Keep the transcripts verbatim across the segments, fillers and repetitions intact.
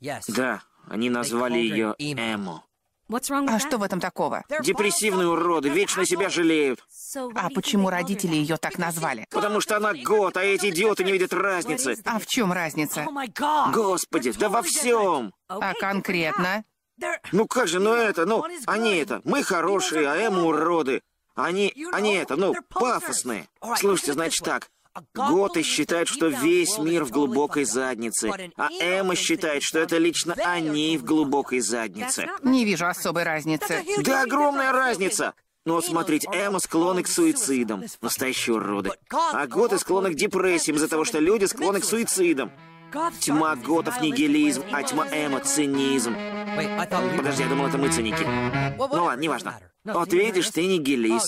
Да, они назвали ее эмо. А что в этом такого? Депрессивные уроды, вечно себя жалеют. А почему родители ее так назвали? Потому что она гот, а эти идиоты не видят разницы. А в чем разница? Господи, да во всем. А конкретно? Ну как же, ну это, ну, они это, мы хорошие, а эмо уроды. Они, они это, ну, пафосные. Слушайте, значит так. Готы считают, что весь мир в глубокой заднице, а эмо считает, что это лично они в глубокой заднице. Не вижу особой разницы. Да огромная разница! Ну вот смотрите, эмо склонны к суицидам, настоящие уроды. А готы склонны к депрессиям из-за того, что люди склонны к суицидам. Тьма готов нигилизм, а тьма эмо цинизм. Подожди, я думал, это мы циники. Ну ладно, неважно. Вот видишь, ты нигилист.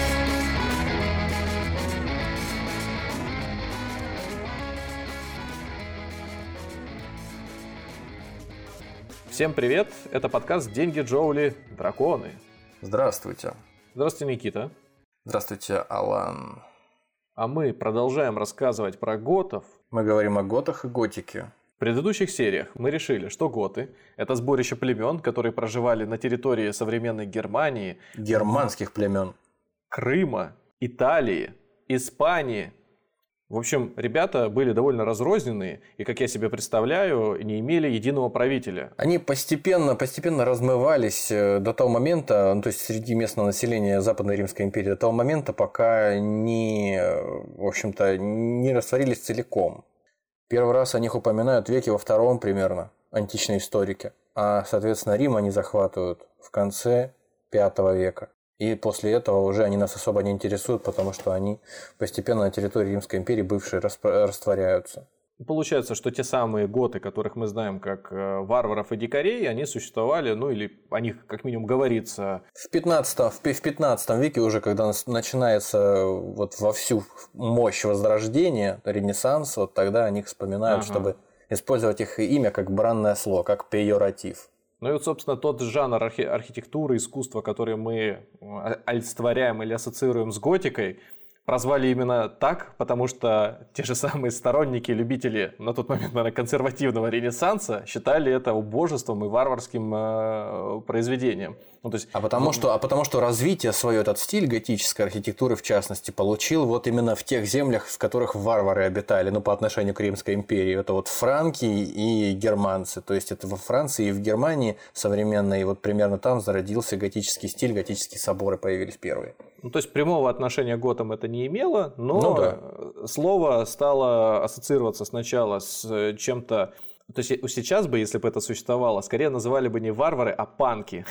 Всем привет! Это подкаст «Деньги, Джоули, драконы». Здравствуйте. Здравствуйте, Никита. Здравствуйте, Алан. А мы продолжаем рассказывать про готов. Мы говорим о готах и готике. В предыдущих сериях мы решили, что готы – это сборище племен, которые проживали на территории современной Германии, Германских племен. Крыма, Италии, Испании. В общем, ребята были довольно разрозненные и, как я себе представляю, не имели единого правителя. Они постепенно, постепенно размывались до того момента, ну, то есть среди местного населения Западной Римской империи, до того момента, пока не, в общем-то, не растворились целиком. Первый раз о них упоминают в веке во втором примерно, античные историки. А, соответственно, Рим они захватывают в конце пятого века. И после этого уже они нас особо не интересуют, потому что они постепенно на территории Римской империи бывшие растворяются. Получается, что те самые готы, которых мы знаем как варваров и дикарей, они существовали, ну или о них как минимум говорится. В пятнадцатом, в пятнадцатом веке уже, когда начинается вот во всю мощь Возрождения, Ренессанс, вот тогда о них вспоминают, ага. чтобы использовать их имя как бранное слово, как пейоратив. Ну и вот, собственно, тот жанр архи- архитектуры, искусства, который мы олицетворяем или ассоциируем с готикой, прозвали именно так, потому что те же самые сторонники, любители на тот момент, наверное, консервативного Ренессанса считали это убожеством и варварским э, произведением. Ну, то есть... а, потому что, а потому что развитие свое, этот стиль готической архитектуры, в частности, получил вот именно в тех землях, в которых варвары обитали, ну, по отношению к Римской империи. Это вот франки и германцы. То есть это во Франции и в Германии современной, и вот примерно там зародился готический стиль, готические соборы появились первые. Ну, то есть прямого отношения к готам это не имело, но ну, да. слово стало ассоциироваться сначала с чем-то. То есть сейчас бы, если бы это существовало, скорее называли бы не варвары, а панки.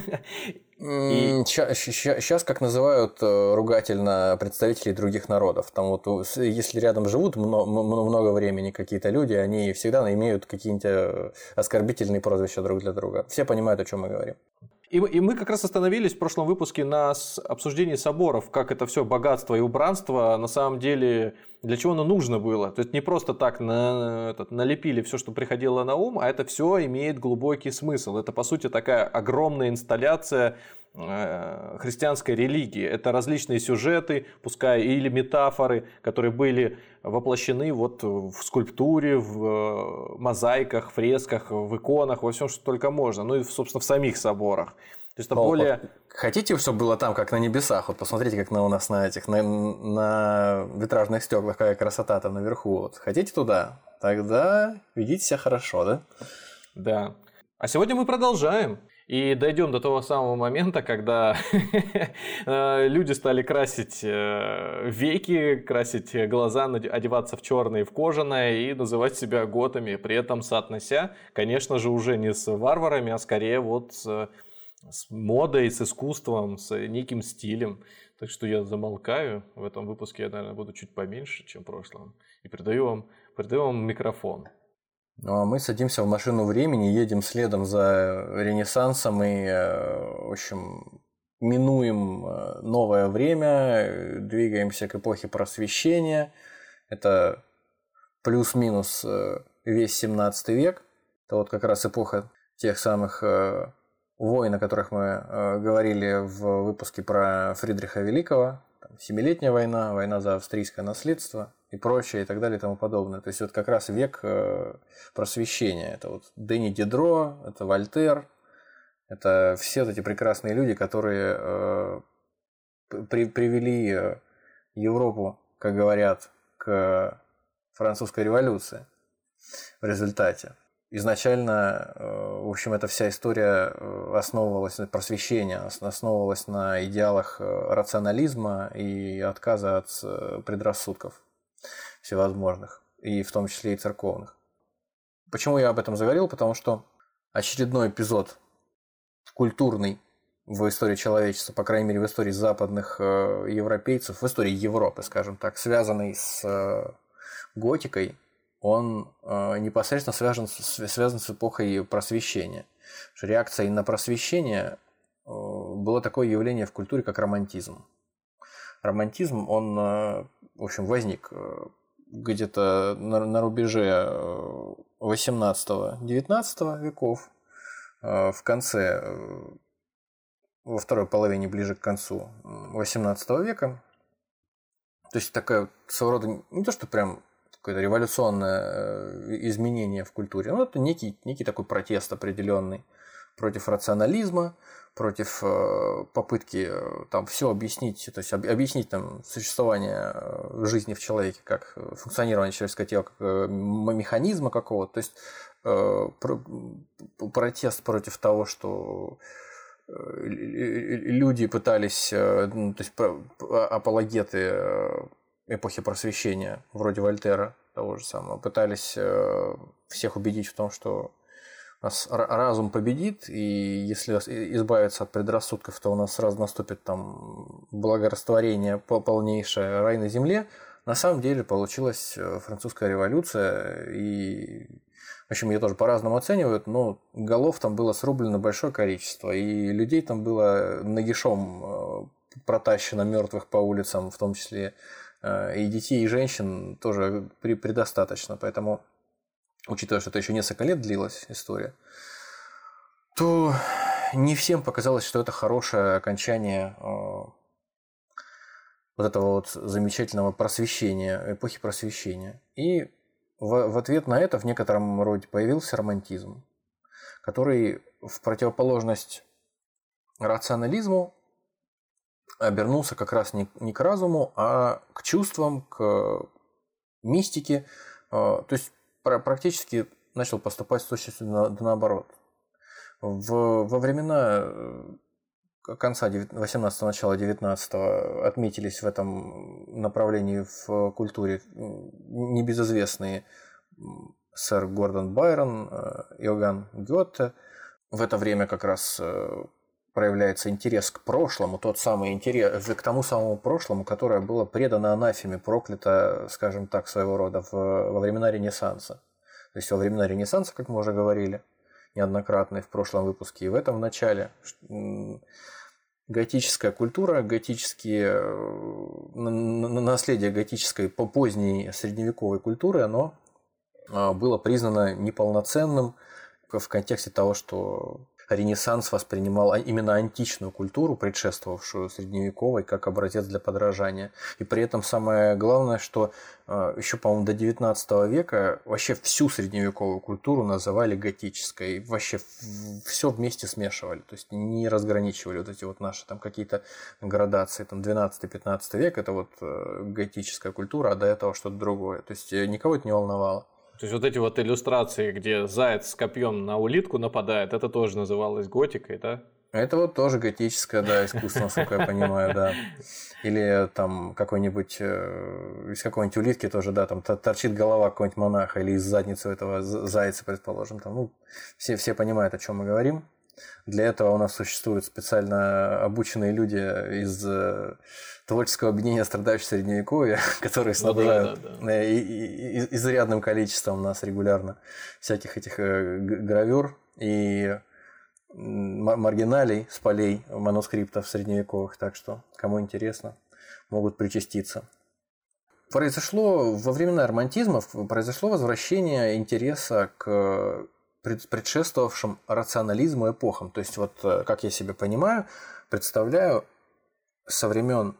И... Сейчас как называют ругательно представителей других народов. Там вот, если рядом живут много, много времени какие-то люди, они всегда имеют какие-нибудь оскорбительные прозвища друг для друга. Все понимают, о чем мы говорим. И, и мы как раз остановились в прошлом выпуске на обсуждении соборов, как это все богатство и убранство на самом деле, для чего оно нужно было. То есть не просто так на, этот, налепили все, что приходило на ум, а это все имеет глубокий смысл. Это, по сути, такая огромная инсталляция э, христианской религии. Это различные сюжеты, пускай или метафоры, которые были воплощены вот в скульптуре, в мозаиках, фресках, в иконах, во всем, что только можно. Ну и, собственно, в самих соборах. То есть это О, более... Хотите, чтобы было там, как на небесах? Вот посмотрите, как на, у нас на этих на, на витражных стеклах, какая красота там наверху. Вот. Хотите туда? Тогда ведите себя хорошо, да? Да. А сегодня мы продолжаем. И дойдем до того самого момента, когда люди стали красить веки, красить глаза, одеваться в черное и в кожаное и называть себя готами, при этом соотнося, конечно же, уже не с варварами, а скорее вот с, с модой, с искусством, с неким стилем. Так что я замолкаю. В этом выпуске я, наверное, буду чуть поменьше, чем в прошлом. И передаю вам, передаю вам микрофон. Ну, а мы садимся в машину времени, едем следом за Ренессансом и, в общем, минуем новое время, двигаемся к эпохе Просвещения. Это плюс-минус весь семнадцатый век. Это вот как раз эпоха тех самых войн, о которых мы говорили в выпуске про Фридриха Великого. там, Семилетняя война, война за австрийское наследство и прочее, и так далее, и тому подобное. То есть вот как раз век э, просвещения. Это вот Дени Дидро, это Вольтер, это все вот эти прекрасные люди, которые э, при, привели Европу, как говорят, к французской революции в результате. Изначально, в общем, эта вся история основывалась на просвещении, основывалась на идеалах рационализма и отказа от предрассудков всевозможных, и в том числе и церковных. Почему я об этом заговорил? Потому что очередной эпизод культурный в истории человечества, по крайней мере в истории западных европейцев, в истории Европы, скажем так, связанный с готикой, он э, непосредственно связан, связан с эпохой просвещения. Реакцией на просвещение э, было такое явление в культуре, как романтизм. Романтизм, он, э, в общем, возник э, где-то на, на рубеже восемнадцатого-девятнадцатого веков, э, в конце, э, во второй половине, ближе к концу восемнадцатого века. То есть такая своего рода, не то что прям какое-то революционное изменение в культуре. Ну, это некий, некий такой протест определенный против рационализма, против э, попытки э, там все объяснить, то есть об, объяснить там существование жизни в человеке, как функционирование человеческого тела, как э, механизма какого-то. То есть э, про, протест против того, что люди пытались, э, ну, то есть апологеты э, эпохи просвещения, вроде Вольтера, того же самого, пытались э, всех убедить в том, что у нас разум победит, и если избавиться от предрассудков, то у нас сразу наступит там благорастворение полнейшее, рай на земле. На самом деле получилась французская революция, и, в общем, ее тоже по-разному оценивают, но голов там было срублено большое количество, и людей там было нагишом протащено мертвых по улицам, в том числе и детей, и женщин тоже предостаточно. Поэтому, учитывая, что это еще несколько лет длилась история, то не всем показалось, что это хорошее окончание вот этого вот замечательного просвещения, эпохи просвещения. И в, в ответ на это в некотором роде появился романтизм, который в противоположность рационализму обернулся как раз не, не к разуму, а к чувствам, к мистике, то есть практически начал поступать с точностью на, да наоборот. В, во времена конца восемнадцатого, начала девятнадцатого отметились в этом направлении в культуре небезызвестные сэр Гордон Байрон, Иоганн Гёте. В это время как раз проявляется интерес к прошлому, тот самый интерес к тому самому прошлому, которое было предано анафеме, проклято, скажем так, своего рода в, во времена Ренессанса. То есть во времена Ренессанса, как мы уже говорили неоднократно в прошлом выпуске, и в этом в начале, готическая культура, готические, наследие готической поздней средневековой культуры, оно было признано неполноценным в контексте того, что Ренессанс воспринимал именно античную культуру, предшествовавшую средневековой, как образец для подражания. И при этом самое главное, что еще, по-моему, до девятнадцатого века вообще всю средневековую культуру называли готической. Вообще все вместе смешивали. То есть не разграничивали вот эти вот наши там какие-то градации. Там двенадцатый-пятнадцатый век – это вот готическая культура, а до этого что-то другое. То есть никого это не волновало. То есть вот эти вот иллюстрации, где заяц с копьем на улитку нападает, это тоже называлось готикой, да? Это вот тоже готическое, да, искусство, насколько я понимаю, да. Или там какой-нибудь, из какой-нибудь улитки тоже, да, там торчит голова какого-нибудь монаха, или из задницы этого зайца, предположим. Там, ну, все, все понимают, о чем мы говорим. Для этого у нас существуют специально обученные люди из творческого объединения страдающих Средневековья, которые снабжают ну, да, да, да. И, и, и, изрядным количеством у нас регулярно всяких этих гравюр и маргиналей с полей манускриптов средневековых. Так что, кому интересно, могут причаститься. Произошло во времена романтизма произошло возвращение интереса к предшествовавшим рационализму эпохам. То есть, вот как я себе понимаю, представляю, со времен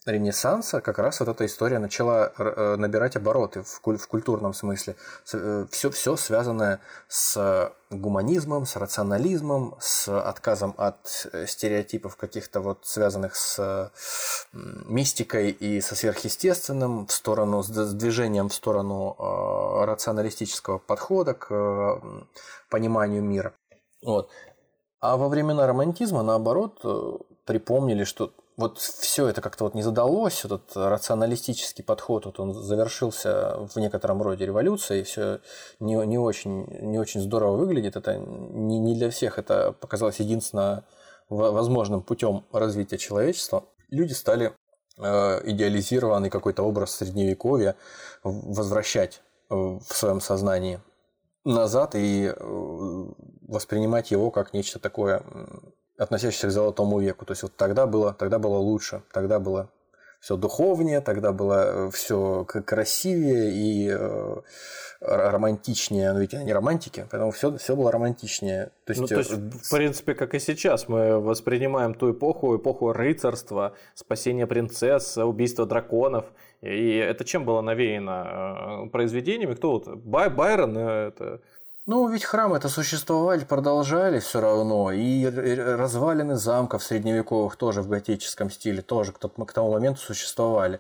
Ренессанса как раз вот эта история начала набирать обороты в, куль- в культурном смысле. Все, все связанное с гуманизмом, с рационализмом, с отказом от стереотипов каких-то вот связанных с мистикой и со сверхъестественным, в сторону, с движением в сторону э, рационалистического подхода к э, пониманию мира. Вот. А во времена романтизма, наоборот, э, припомнили, что вот все это как-то вот не задалось, этот рационалистический подход, вот он завершился в некотором роде революцией, все не, не, очень, не очень здорово выглядит, это не, не для всех это показалось единственно возможным путем развития человечества. Люди стали э, идеализированный какой-то образ средневековья возвращать в своем сознании назад и воспринимать его как нечто такое, относящееся к золотому веку. То есть вот тогда было, тогда было лучше, тогда было все духовнее, тогда было все красивее и э, романтичнее. Но ведь они романтики, поэтому все, все было романтичнее. То есть, ну, то есть, в принципе, как и сейчас, мы воспринимаем ту эпоху, эпоху рыцарства, спасения принцесс, убийства драконов. И это чем было навеяно? Произведениями? Кто вот? Бай, Байрон? Это... Ну, ведь храмы-то существовали, продолжали все равно, и развалины замков средневековых тоже в готическом стиле тоже к тому моменту существовали.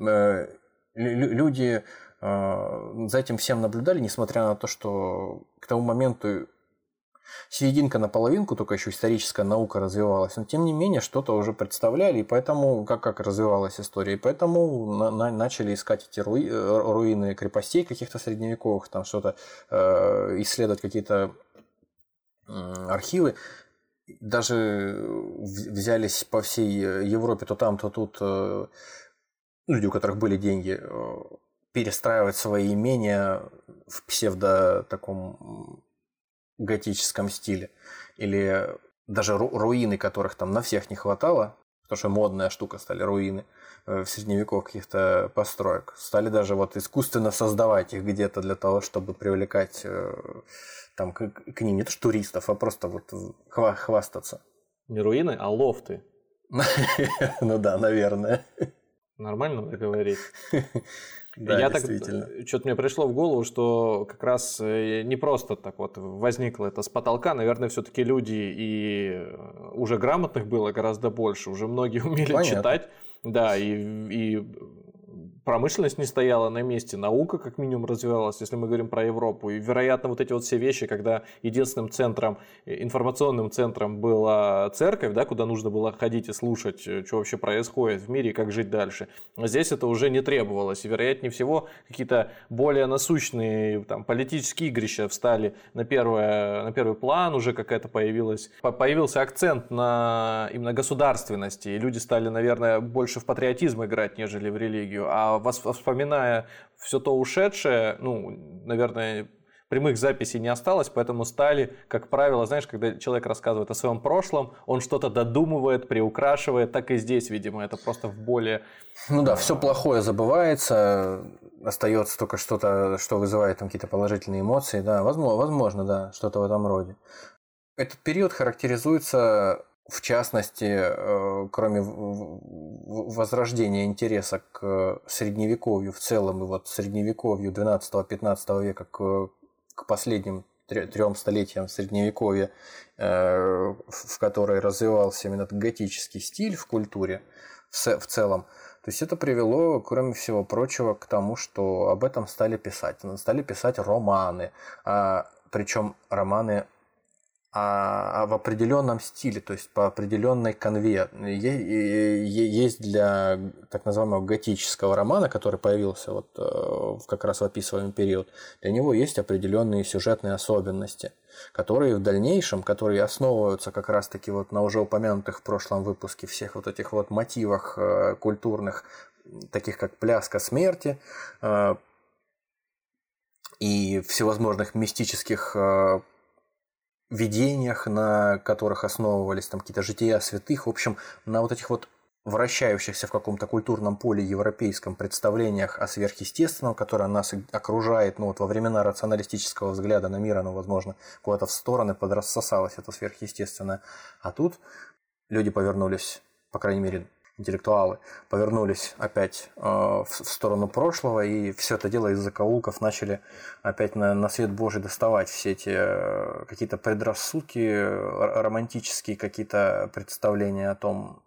Люди за этим всем наблюдали, несмотря на то, что к тому моменту серединка на половинку, только еще историческая наука развивалась, но тем не менее что-то уже представляли, и поэтому, как, как развивалась история, и поэтому на, на, начали искать эти руи, руины крепостей каких-то средневековых, там что-то, э, исследовать какие-то э, архивы. Даже взялись по всей Европе, то там, то тут э, люди, у которых были деньги, э, перестраивать свои имения в псевдо таком готическом стиле, или даже ру- руины, которых там на всех не хватало, потому что модная штука стали руины в средневековых каких-то построек, стали даже вот искусственно создавать их где-то для того, чтобы привлекать там к, к ним не то что туристов, а просто вот хва- хвастаться. Не руины, а лофты. Ну да, наверное. Нормально говорить? Да, я действительно. Так, что-то мне пришло в голову, что как раз не просто так вот возникло это с потолка. Наверное, все-таки люди и уже грамотных было гораздо больше. Уже многие умели Понятно. читать. Да, и, и промышленность не стояла на месте, наука как минимум развивалась, если мы говорим про Европу. И, вероятно, вот эти вот все вещи, когда единственным центром, информационным центром была церковь, да, куда нужно было ходить и слушать, что вообще происходит в мире и как жить дальше. А здесь это уже не требовалось. И, вероятнее всего, какие-то более насущные там, политические игрища встали на, первое, на первый план, уже какая-то появилась, появился акцент на именно государственности. И люди стали, наверное, больше в патриотизм играть, нежели в религию. А вспоминая все то ушедшее, ну, наверное, прямых записей не осталось, поэтому стали, как правило, знаешь, когда человек рассказывает о своем прошлом, он что-то додумывает, приукрашивает, так и здесь, видимо, это просто в более... Ну да, все плохое забывается, остается только что-то, что вызывает там какие-то положительные эмоции, да, возможно, возможно, да, что-то в этом роде. Этот период характеризуется... В частности, кроме возрождения интереса к средневековью в целом и вот средневековью двенадцатого-пятнадцатого века к, к последним трем столетиям средневековья, в которой развивался именно готический стиль в культуре в целом, то есть это привело, кроме всего прочего, к тому, что об этом стали писать. Стали писать романы, причем романы А в определенном стиле, то есть по определенной конве. Есть для так называемого готического романа, который появился вот как раз в описываемый период, для него есть определенные сюжетные особенности, которые в дальнейшем, которые основываются как раз-таки вот на уже упомянутых в прошлом выпуске всех вот этих вот мотивах культурных, таких как пляска смерти и всевозможных мистических видениях, на которых основывались там какие-то жития святых, в общем, на вот этих вот вращающихся в каком-то культурном поле европейском представлениях о сверхъестественном, которое нас окружает, ну вот во времена рационалистического взгляда на мир, оно, возможно, куда-то в стороны подрассосалось, это сверхъестественное. А тут люди повернулись, по крайней мере, интеллектуалы повернулись опять э, в, в сторону прошлого, и все это дело из закоулков начали опять на, на свет Божий доставать все эти э, какие-то предрассудки, э, романтические какие-то представления о том,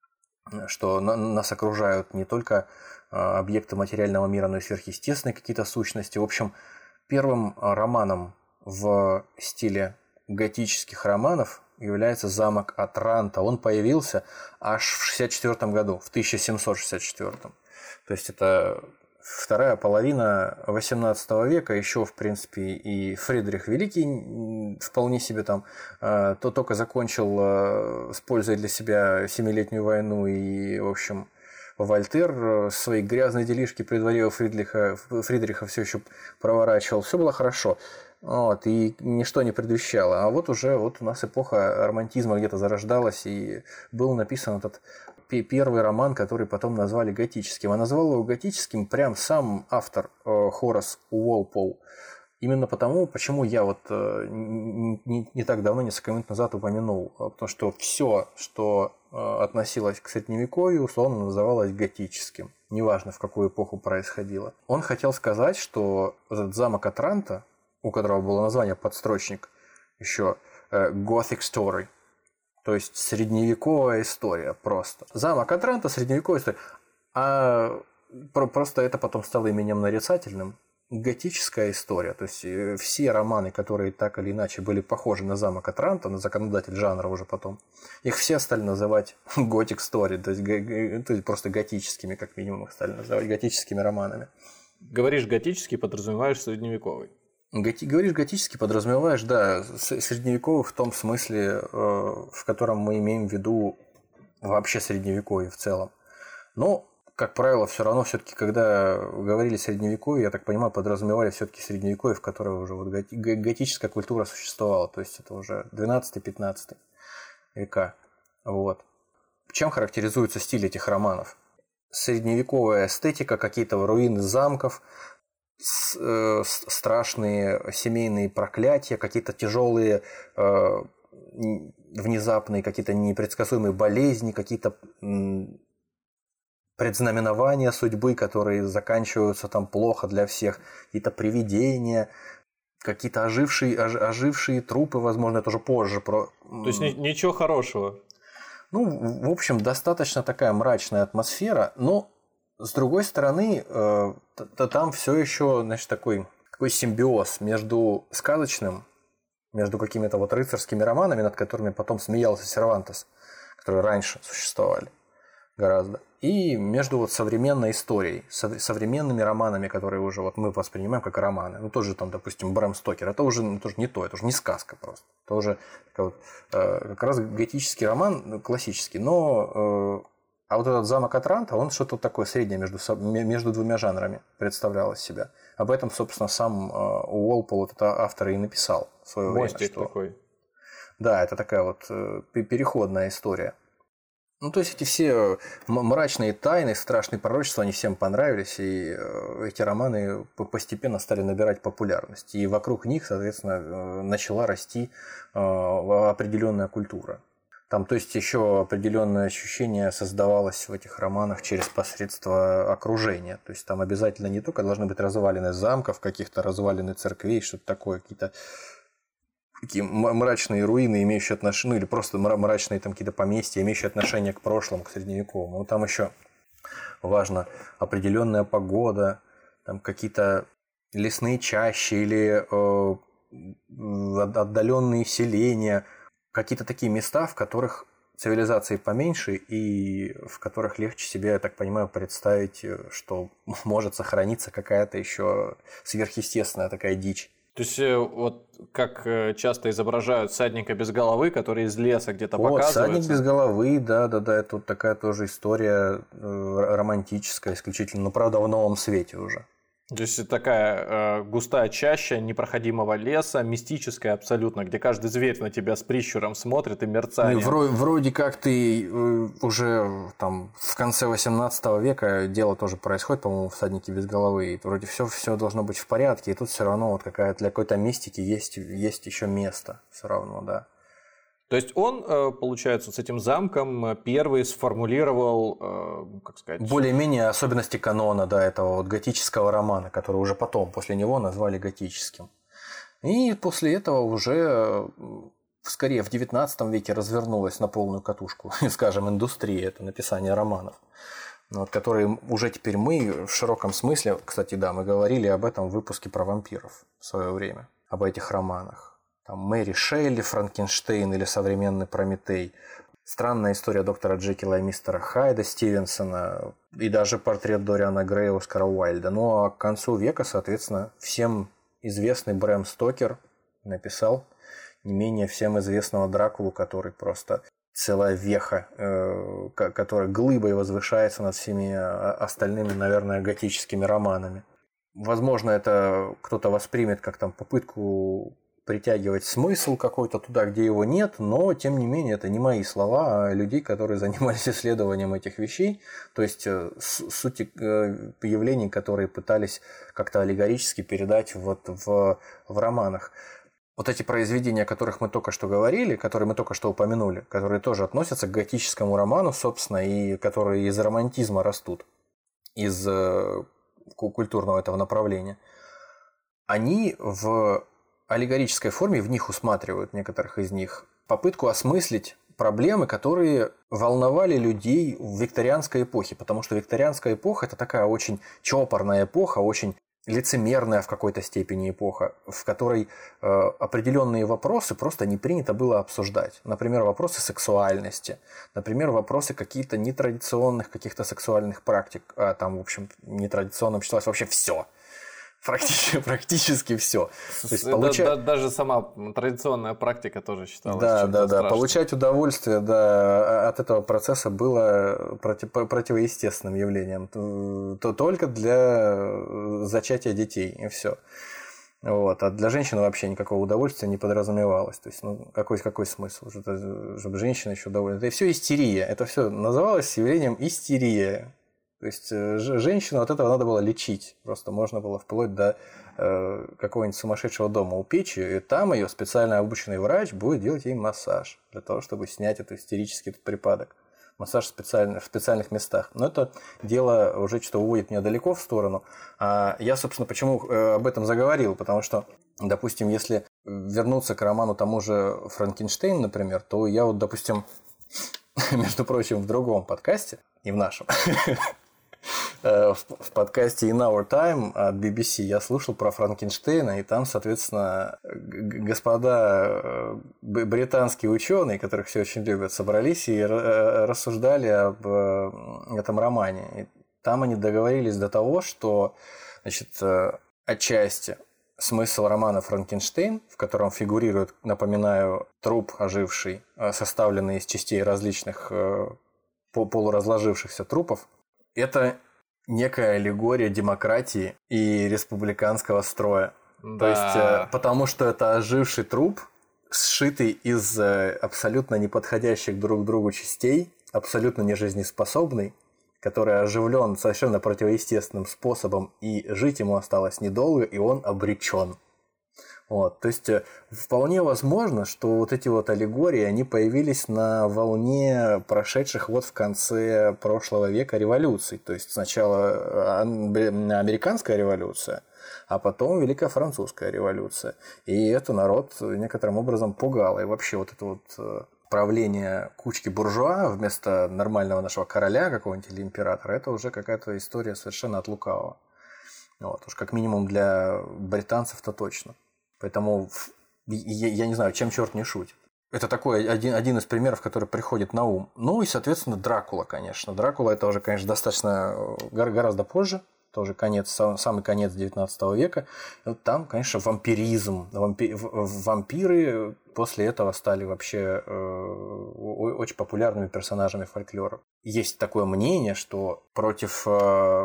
что на, нас окружают не только э, объекты материального мира, но и сверхъестественные какие-то сущности. В общем, первым романом в стиле готических романов является «Замок Атранта». Он появился аж в шестьдесят четвёртом году, в тысяча семьсот шестьдесят четвёртом. То есть это вторая половина восемнадцатого века. Еще, в принципе, и Фридрих Великий вполне себе там то только закончил с пользой для себя Семилетнюю войну, и, в общем, Вольтер свои грязные делишки при дворе у Фридриха, Фридриха все еще проворачивал. Все было хорошо. Вот, и ничто не предвещало. А вот уже вот у нас эпоха романтизма где-то зарождалась, и был написан этот первый роман, который потом назвали готическим. А назвал его готическим прям сам автор Хорас Уолпол. Именно потому, почему я вот не, не, не так давно, несколько минут назад упомянул. Потому что все, что относилось к средневековью, условно называлось готическим. Неважно, в какую эпоху происходило. Он хотел сказать, что этот замок Атранта, у которого было название подстрочник, еще Gothic Story, то есть средневековая история просто. Замок Атранта, средневековая история. А просто это потом стало именем нарицательным. Готическая история. То есть все романы, которые так или иначе были похожи на замок Атранта, на законодатель жанра уже потом, их все стали называть Gothic Story, то есть, то есть просто готическими, как минимум, их стали называть готическими романами. Говоришь готический, подразумеваешь средневековый. Готи... Говоришь готически, подразумеваешь, да, средневековый в том смысле, э, в котором мы имеем в виду вообще средневековье в целом. Но, как правило, все равно все-таки, когда говорили средневековье, я так понимаю, подразумевали все-таки средневековье, в которое уже вот готи... готическая культура существовала, то есть это уже двенадцатый-пятнадцатый века. Вот. Чем характеризуется стиль этих романов? Средневековая эстетика, какие-то руины замков, страшные семейные проклятия, какие-то тяжелые, э, внезапные, какие-то непредсказуемые болезни, какие-то предзнаменования судьбы, которые заканчиваются там плохо для всех, какие-то привидения, какие-то ожившие, ож, ожившие трупы, возможно, это уже позже. Про... То есть ничего хорошего? Ну, в общем, достаточно такая мрачная атмосфера, но с другой стороны, э, там все еще, значит, такой, такой симбиоз между сказочным, между какими-то вот рыцарскими романами, над которыми потом смеялся Сервантес, которые раньше существовали гораздо, и между вот современной историей, со, современными романами, которые уже вот мы воспринимаем как романы. Ну, тот же там, допустим, Брэм Стокер, это уже, ну, тоже не то, это уже не сказка просто. Это уже вот, э, как раз готический роман, классический, но... Э, А вот этот замок Атранта, он что-то такое среднее между, между двумя жанрами представлял из себя. Об этом, собственно, сам Уолпол, вот это автор, и написал в свое Мостик время. Что... такой. Да, это такая вот переходная история. Ну, то есть эти все мрачные тайны, страшные пророчества, они всем понравились, и эти романы постепенно стали набирать популярность. И вокруг них, соответственно, начала расти определенная культура. Там, то есть, еще определенное ощущение создавалось в этих романах через посредство окружения. То есть, там обязательно не только должны быть развалины замков, каких-то развалины церквей, что-то такое, какие-то такие мрачные руины, имеющие отношение, ну или просто мрачные там какие-то поместья, имеющие отношение к прошлому, к средневековому. Но там еще важно определенная погода, там какие-то лесные чащи или э, отдаленные селения, какие-то такие места, в которых цивилизации поменьше и в которых легче себе, я так понимаю, представить, что может сохраниться какая-то еще сверхъестественная такая дичь. То есть, вот как часто изображают всадника без головы, который из леса где-то вот, показывается. Всадник без головы, да-да-да, это вот такая тоже история романтическая исключительно, но, правда, в новом свете уже. То есть такая э, густая чаща непроходимого леса, мистическая абсолютно, где каждый зверь на тебя с прищуром смотрит и мерцанием. Ну, вроде, вроде как ты э, уже там в конце восемнадцатого века дело тоже происходит, по-моему, всадники без головы. И вроде все, все должно быть в порядке, и тут все равно вот какая-то для какой-то мистики есть, есть еще место все равно, да. То есть он, получается, с этим замком первый сформулировал, как сказать... Более-менее особенности канона, да, этого вот готического романа, который уже потом, после него назвали готическим. И после этого уже, скорее, в девятнадцатом веке развернулась на полную катушку, скажем, индустрия, это написание романов, вот, которые уже теперь мы в широком смысле, кстати, да, мы говорили об этом в выпуске про вампиров в свое время, об этих романах. Там Мэри Шелли, Франкенштейн или современный Прометей. Странная история доктора Джекила и мистера Хайда Стивенсона и даже портрет Дориана Грея Оскара Уайльда. Ну а к концу века, соответственно, всем известный Брэм Стокер написал не менее всем известного Дракулу, который просто целая веха, э, которая глыбой возвышается над всеми остальными, наверное, готическими романами. Возможно, это кто-то воспримет как там попытку притягивать смысл какой-то туда, где его нет, но, тем не менее, это не мои слова, а людей, которые занимались исследованием этих вещей, то есть сути явлений, которые пытались как-то аллегорически передать вот в, в романах. Вот эти произведения, о которых мы только что говорили, которые мы только что упомянули, которые тоже относятся к готическому роману, собственно, и которые из романтизма растут, из культурного этого направления, они в аллегорической форме, в них усматривают, некоторых из них, попытку осмыслить проблемы, которые волновали людей в викторианской эпохе, потому что викторианская эпоха – это такая очень чопорная эпоха, очень лицемерная в какой-то степени эпоха, в которой э, определенные вопросы просто не принято было обсуждать. Например, вопросы сексуальности, например, вопросы каких-то нетрадиционных каких-то сексуальных практик, а там, в общем, нетрадиционным считалось вообще все. Практически, практически все. То есть, получать... да, да, даже сама традиционная практика тоже считалась. Да, да, да. Получать удовольствие да, от этого процесса было против... противоестественным явлением. То только для зачатия детей, и все. Вот. А для женщины вообще никакого удовольствия не подразумевалось. То есть, ну, какой, какой смысл? Чтобы женщина еще довольна. Это все истерия. Это все называлось явлением истерия. То есть женщину от этого надо было лечить. Просто можно было вплоть до э, какого-нибудь сумасшедшего дома упечь, и там ее специально обученный врач будет делать ей массаж для того, чтобы снять этот истерический этот припадок. Массаж специально, в специальных местах. Но это дело уже что-то уводит меня далеко в сторону. А я, собственно, почему об этом заговорил? Потому что, допустим, если вернуться к роману тому же Франкенштейн, например, то я вот, допустим, между прочим, в другом подкасте, не в нашем, в подкасте In Our Time от би би си я слушал про Франкенштейна, и там, соответственно, господа британские ученые, которых все очень любят, собрались и рассуждали об этом романе. И там они договорились до того, что, значит, отчасти смысл романа «Франкенштейн», в котором фигурирует, напоминаю, труп оживший, составленный из частей различных полуразложившихся трупов, это некая аллегория демократии и республиканского строя. Да. То есть, потому что это оживший труп, сшитый из абсолютно неподходящих друг к другу частей, абсолютно нежизнеспособный, который оживлен совершенно противоестественным способом, и жить ему осталось недолго, и он обречен. Вот, то есть вполне возможно, что вот эти вот аллегории, они появились на волне прошедших вот в конце прошлого века революций. То есть сначала американская революция, а потом Великая Французская революция. И это народ некоторым образом пугало. И вообще вот это вот правление кучки буржуа вместо нормального нашего короля какого-нибудь или императора, это уже какая-то история совершенно от лукавого. Вот, уж как минимум для британцев-то точно. Поэтому я, я не знаю, чем черт не шутит. Это такой один, один из примеров, который приходит на ум. Ну и, соответственно, Дракула, конечно. Дракула это уже, конечно, достаточно гораздо позже. Тоже конец, самый конец девятнадцатого века. Вот там, конечно, вампиризм. Вампи, вампиры после этого стали вообще э, очень популярными персонажами фольклора. Есть такое мнение, что против... Э,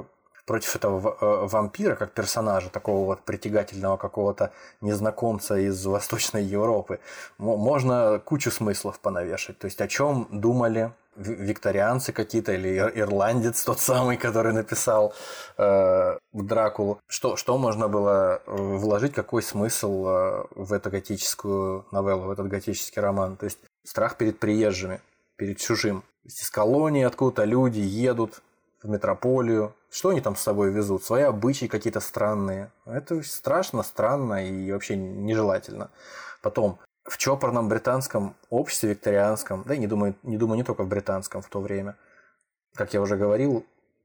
против этого вампира, как персонажа, такого вот притягательного какого-то незнакомца из Восточной Европы, можно кучу смыслов понавешать. То есть о чем думали викторианцы какие-то или ирландец тот самый, который написал э, Дракулу. Что, что можно было вложить, какой смысл э, в эту готическую новеллу, в этот готический роман? То есть страх перед приезжими, перед чужим. То есть из колонии откуда-то люди едут в метрополию. Что они там с собой везут? Свои обычаи какие-то странные. Это страшно, странно и вообще нежелательно. Потом, в чопорном британском обществе викторианском, да и не думаю, не думаю не только в британском в то время, как я уже говорил,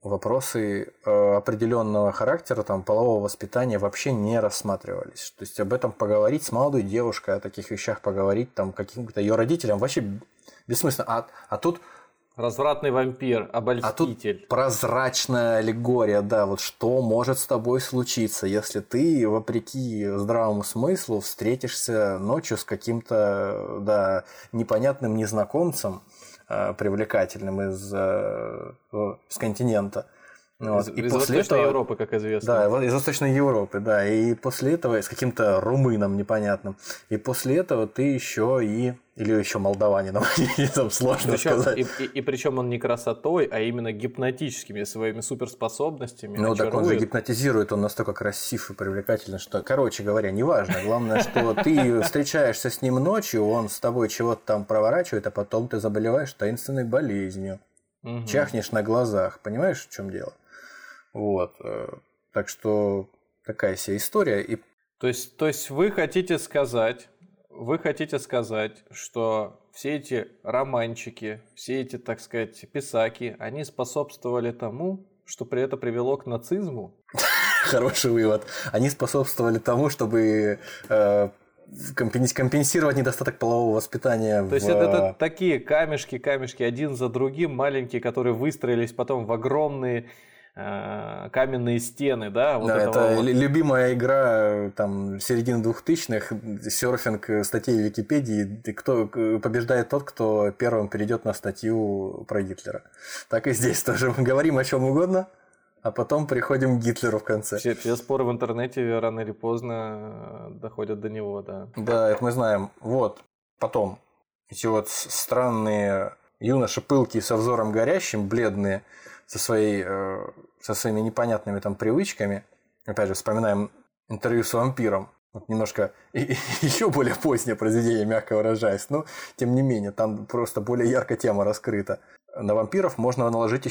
вопросы э, определенного характера, там, полового воспитания вообще не рассматривались. То есть об этом поговорить с молодой девушкой, о таких вещах поговорить там каким-то ее родителям вообще бессмысленно. А, а тут развратный вампир, обольститель. А тут прозрачная аллегория, да, вот что может с тобой случиться, если ты, вопреки здравому смыслу, встретишься ночью с каким-то, да, непонятным незнакомцем, э, привлекательным из, э, из континента. Вот. Из, и из после Восточной этого, Европы, как известно. Да, из Восточной Европы, да. И после этого с каким-то румыном непонятным. И после этого ты еще и... Или еще молдаванином, там сложно причем, сказать. И, и, и причем он не красотой, а именно гипнотическими своими суперспособностями. Ну очарует. так он же гипнотизирует, он настолько красив и привлекательный, что, короче говоря, неважно. Главное, что ты встречаешься с ним ночью, он с тобой чего-то там проворачивает, а потом ты заболеваешь таинственной болезнью. Угу. Чахнешь на глазах. Понимаешь, в чем дело? Вот. Так что такая себе история. И... То есть, то есть вы хотите сказать... Вы хотите сказать, что все эти романчики, все эти, так сказать, писаки, они способствовали тому, что при это привело к нацизму? Хороший вывод. Они способствовали тому, чтобы э, компенсировать недостаток полового воспитания. То в... есть это, это такие камешки, камешки один за другим, маленькие, которые выстроились потом в огромные... каменные стены, да? Вот да, это вот. Любимая игра там середины двухтысячных, серфинг статей в Википедии, кто побеждает тот, кто первым перейдет на статью про Гитлера. Так и здесь тоже мы говорим о чем угодно, а потом приходим к Гитлеру в конце. Все, все споры в интернете рано или поздно доходят до него, да. Да, это мы знаем. Вот, потом эти вот странные юноши пылкие со взором горящим, бледные, со, своей, э, со своими непонятными там привычками. Опять же, вспоминаем интервью с вампиром. Вот немножко и, и, еще более позднее произведение, мягко выражаясь. Но, тем не менее, там просто более ярко тема раскрыта. На вампиров можно наложить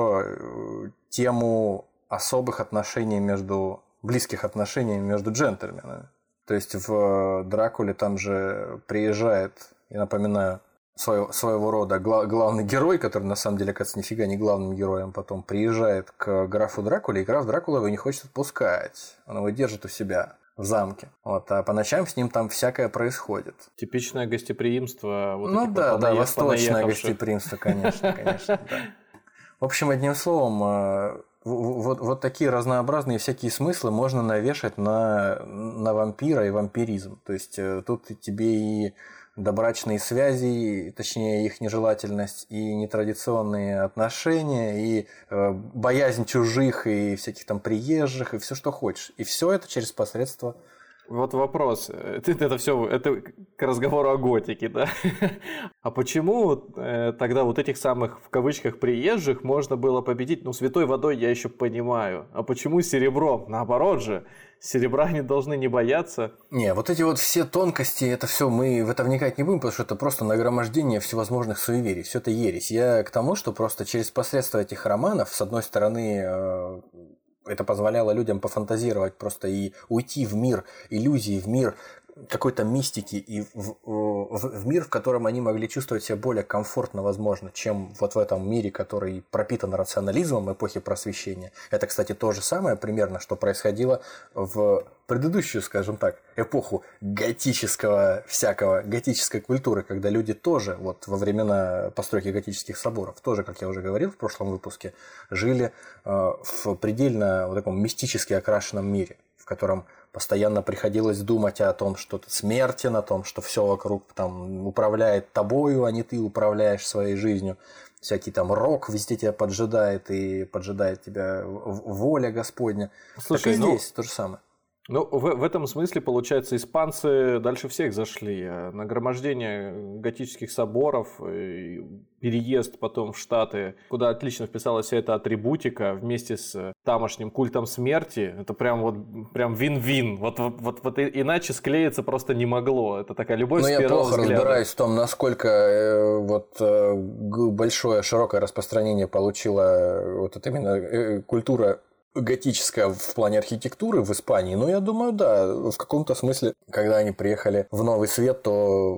еще тему особых отношений между... близких отношений между джентльменами. То есть в Дракуле там же приезжает, я напоминаю, Своего, своего рода гла- главный герой, который на самом деле, кажется, нифига не главным героем, потом приезжает к графу Дракуле, и граф Дракула его не хочет отпускать. Он его держит у себя в замке. Вот, а по ночам с ним там всякое происходит. Типичное гостеприимство. Вот ну да, да, понаех- восточное гостеприимство, конечно, конечно, да. В общем, одним словом, вот, вот такие разнообразные всякие смыслы можно навешать на, на вампира и вампиризм. То есть тут тебе и добрачные связи, точнее их нежелательность, и нетрадиционные отношения, и э, боязнь чужих, и всяких там приезжих, и все, что хочешь. И все это через посредство... Вот вопрос. Это все, это к разговору о готике, да? А почему э, тогда вот этих самых, в кавычках, приезжих можно было победить? Ну, святой водой я еще понимаю. А почему серебром? Наоборот же. Серебра они должны не бояться. Не, вот эти вот все тонкости, это все мы в это вникать не будем, потому что это просто нагромождение всевозможных суеверий. Все это ересь. Я к тому, что просто через посредство этих романов, с одной стороны, это позволяло людям пофантазировать просто и уйти в мир иллюзий, в мир какой-то мистики и в, в, в мир, в котором они могли чувствовать себя более комфортно, возможно, чем вот в этом мире, который пропитан рационализмом эпохи Просвещения. Это, кстати, то же самое примерно, что происходило в предыдущую, скажем так, эпоху готического всякого, готической культуры, когда люди тоже вот во времена постройки готических соборов, тоже, как я уже говорил в прошлом выпуске, жили э, в предельно вот таком мистически окрашенном мире, в котором постоянно приходилось думать о том, что ты смертен, о том, что все вокруг там управляет тобою, а не ты управляешь своей жизнью. Всякий там рок везде тебя поджидает, и поджидает тебя воля Господня. Слушай, так и ну... здесь то же самое. Ну, в, в этом смысле, получается, испанцы дальше всех зашли. Нагромождение готических соборов, переезд потом в Штаты, куда отлично вписалась вся эта атрибутика вместе с тамошним культом смерти. Это прям вот прям вин-вин. Вот, вот, вот иначе склеиться просто не могло. Это такая любовь с первого взгляда. Но я плохо разбираюсь в том, насколько э, вот, э, большое, широкое распространение получила вот эта именно э, культура готическая в плане архитектуры в Испании, но я думаю, да, в каком-то смысле, когда они приехали в Новый Свет, то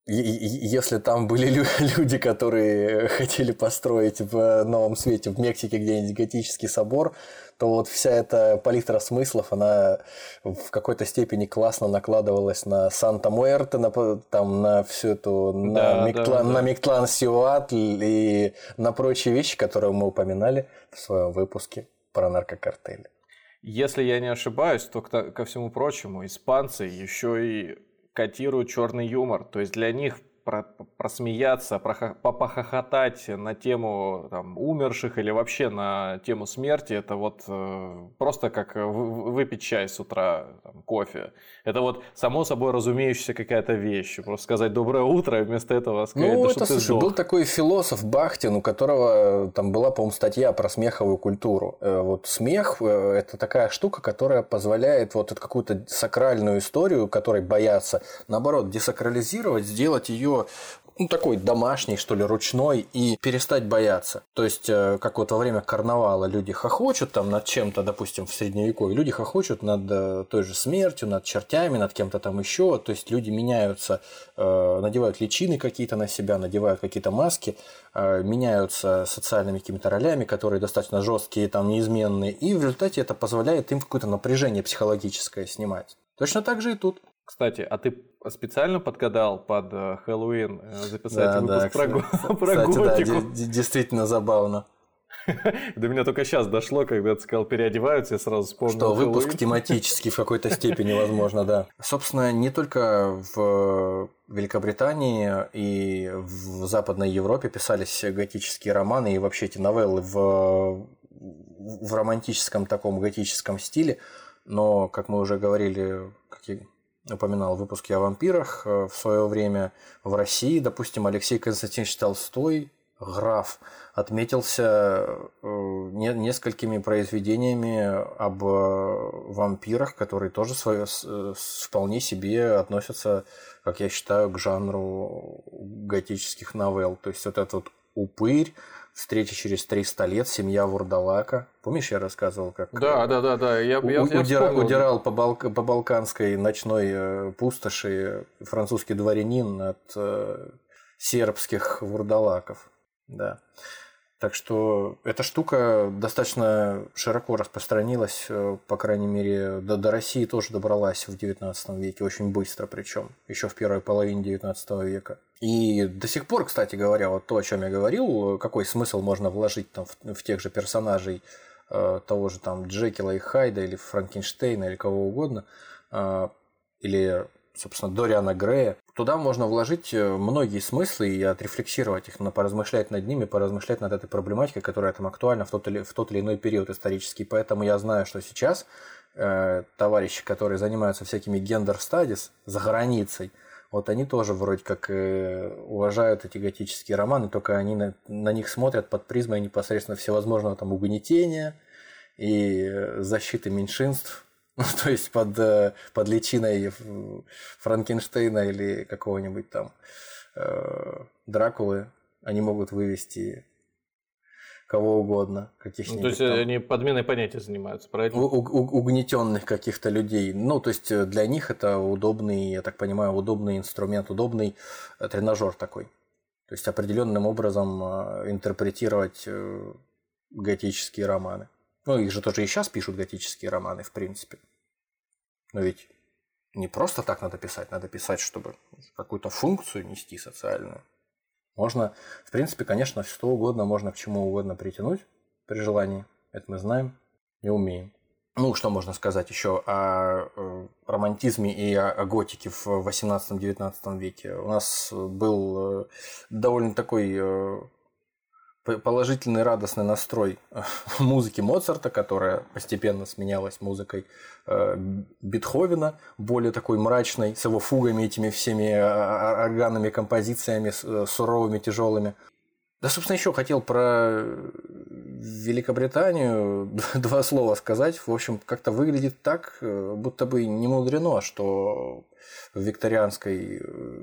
если там были люди, которые хотели построить в Новом Свете, в Мексике где-нибудь готический собор, то вот вся эта палитра смыслов, она в какой-то степени классно накладывалась на Санта-Муэрте, на, там, на всю эту, да, на, Миктлан, да, да. на Миктлан-Сиуатль и на прочие вещи, которые мы упоминали в своем выпуске про наркокартели. Если я не ошибаюсь, то ко, ко всему прочему испанцы еще и котируют черный юмор. То есть для них про, просмеяться, про, попохохотать на тему там, умерших или вообще на тему смерти, это вот э, просто как выпить чай с утра, там, кофе. Это вот само собой разумеющаяся какая-то вещь. Просто сказать «доброе утро», и вместо этого сказать ну, «да это, что ты слушай, был такой философ Бахтин, у которого там была, по-моему, статья про смеховую культуру. Вот смех – это такая штука, которая позволяет вот эту какую-то сакральную историю, которой боятся, наоборот, десакрализировать, сделать ее ну, такой домашний, что ли, ручной, и перестать бояться. То есть, как вот во время карнавала люди хохочут там над чем-то, допустим, в Средневековье, люди хохочут над той же смертью, над чертями, над кем-то там еще. То есть, люди меняются, надевают личины какие-то на себя, надевают какие-то маски, меняются социальными какими-то ролями, которые достаточно жесткие, там, неизменные, и в результате это позволяет им какое-то напряжение психологическое снимать. Точно так же и тут. Кстати, а ты специально подгадал под Хэллоуин записать да, выпуск да, про, кстати, про кстати, готику? Да, действительно забавно. До меня только сейчас дошло, когда ты сказал «переодеваются», я сразу вспомнил Что Хэллоуин. выпуск тематический в какой-то степени, возможно, да. Собственно, не только в Великобритании и в Западной Европе писались готические романы и вообще эти новеллы в, в романтическом таком готическом стиле, но, как мы уже говорили, как я упоминал в выпуске о вампирах, в свое время в России, допустим, Алексей Константинович Толстой, граф, отметился несколькими произведениями об вампирах, которые тоже свое, вполне себе относятся, как я считаю, к жанру готических новелл. То есть вот этот вот «Упырь», «Встреча через триста лет», «Семья Вурдалака». Помнишь, я рассказывал, как да, да, да, да. Я, у, я, я удира, удирал по, балк, по балканской ночной пустоши французский дворянин от э, сербских вурдалаков. Да. Так что эта штука достаточно широко распространилась, по крайней мере, до, до России тоже добралась в девятнадцатом веке, очень быстро причем, еще в первой половине девятнадцатого века. И до сих пор, кстати говоря, вот то, о чем я говорил, какой смысл можно вложить там в, в тех же персонажей э, того же там Джекила и Хайда, или Франкенштейна, или кого угодно, э, или, собственно, Дориана Грея, туда можно вложить многие смыслы и отрефлексировать их, поразмышлять над ними, поразмышлять над этой проблематикой, которая там актуальна в тот или, в тот или иной период исторический. Поэтому я знаю, что сейчас э, товарищи, которые занимаются всякими гендер-стадис за границей, вот они тоже вроде как э, уважают эти готические романы, только они на, на них смотрят под призмой непосредственно всевозможного там угнетения и защиты меньшинств. Ну, то есть под, под личиной Франкенштейна или какого-нибудь там э, Дракулы они могут вывести кого угодно, каких-нибудь. Ну, то есть там, они подменой понятия занимаются, правильно? У, у, угнетенных каких-то людей. Ну, то есть для них это удобный, я так понимаю, удобный инструмент, удобный тренажер такой. То есть определенным образом интерпретировать готические романы. Ну, их же тоже и сейчас пишут готические романы, в принципе. Но ведь не просто так надо писать, надо писать, чтобы какую-то функцию нести социальную. Можно, в принципе, конечно, что угодно можно к чему угодно притянуть при желании. Это мы знаем и умеем. Ну, что можно сказать еще о романтизме и о готике в восемнадцатом-девятнадцатом веке? У нас был довольно такой положительный, радостный настрой музыки Моцарта, которая постепенно сменялась музыкой Бетховена, более такой мрачной, с его фугами, этими всеми органными композициями, суровыми, тяжелыми. Да, собственно, еще хотел про Великобританию два слова сказать. В общем, как-то выглядит так, будто бы не мудрено, что в викторианской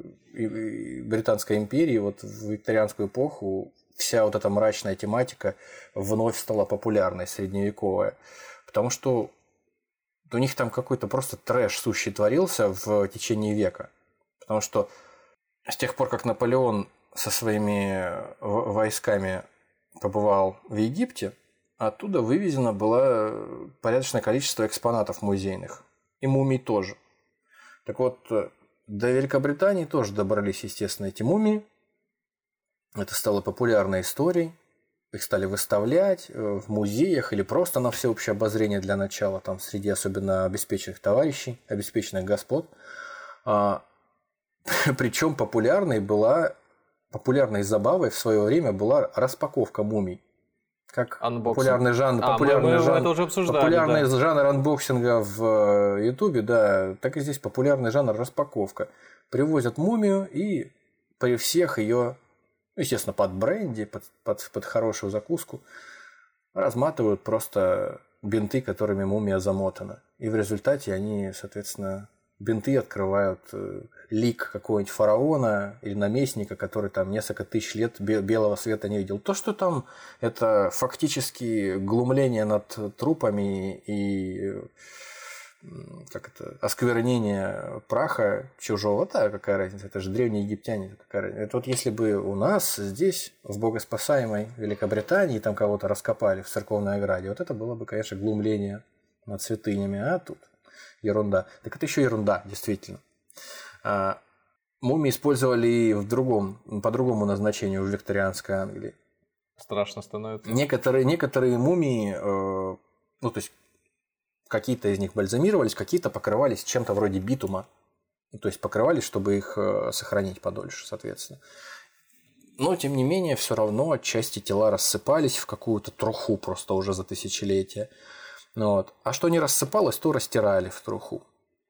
Британской империи, вот в викторианскую эпоху, вся вот эта мрачная тематика вновь стала популярной, средневековая. Потому что у них там какой-то просто трэш сущий творился в течение века. Потому что с тех пор, как Наполеон со своими войсками побывал в Египте, оттуда вывезено было порядочное количество экспонатов музейных. И мумий тоже. Так вот, до Великобритании тоже добрались, естественно, эти мумии. Это стало популярной историей. Их стали выставлять в музеях или просто на всеобщее обозрение для начала, там, среди особенно обеспеченных товарищей, обеспеченных господ. А, причем популярной была, популярной забавой в свое время была распаковка мумий. Как популярный жанр, а, популярный, мы, мы жанр, это уже обсуждали, популярный да. жанр анбоксинга в Ютубе, да, так и здесь популярный жанр распаковка. Привозят мумию и при всех ее, естественно, под бренди, под, под, под хорошую закуску, разматывают просто бинты, которыми мумия замотана. И в результате они, соответственно, бинты открывают лик какого-нибудь фараона или наместника, который там несколько тысяч лет белого света не видел. То, что там, это фактически глумление над трупами и как это, осквернение праха чужого. Да, какая разница, это же древние египтяне. Какая разница. Это вот если бы у нас здесь, в богоспасаемой Великобритании, там кого-то раскопали в церковной ограде, вот это было бы, конечно, глумление над святынями, а тут ерунда. Так это еще ерунда, действительно. А, мумии использовали и в другом, по другому назначению в викторианской Англии. Страшно становится. Некоторые, некоторые мумии, э, ну, то есть, какие-то из них бальзамировались, какие-то покрывались чем-то вроде битума. То есть, покрывались, чтобы их сохранить подольше, соответственно. Но, тем не менее, все равно отчасти тела рассыпались в какую-то труху просто уже за тысячелетия. Вот. А что не рассыпалось, то растирали в труху.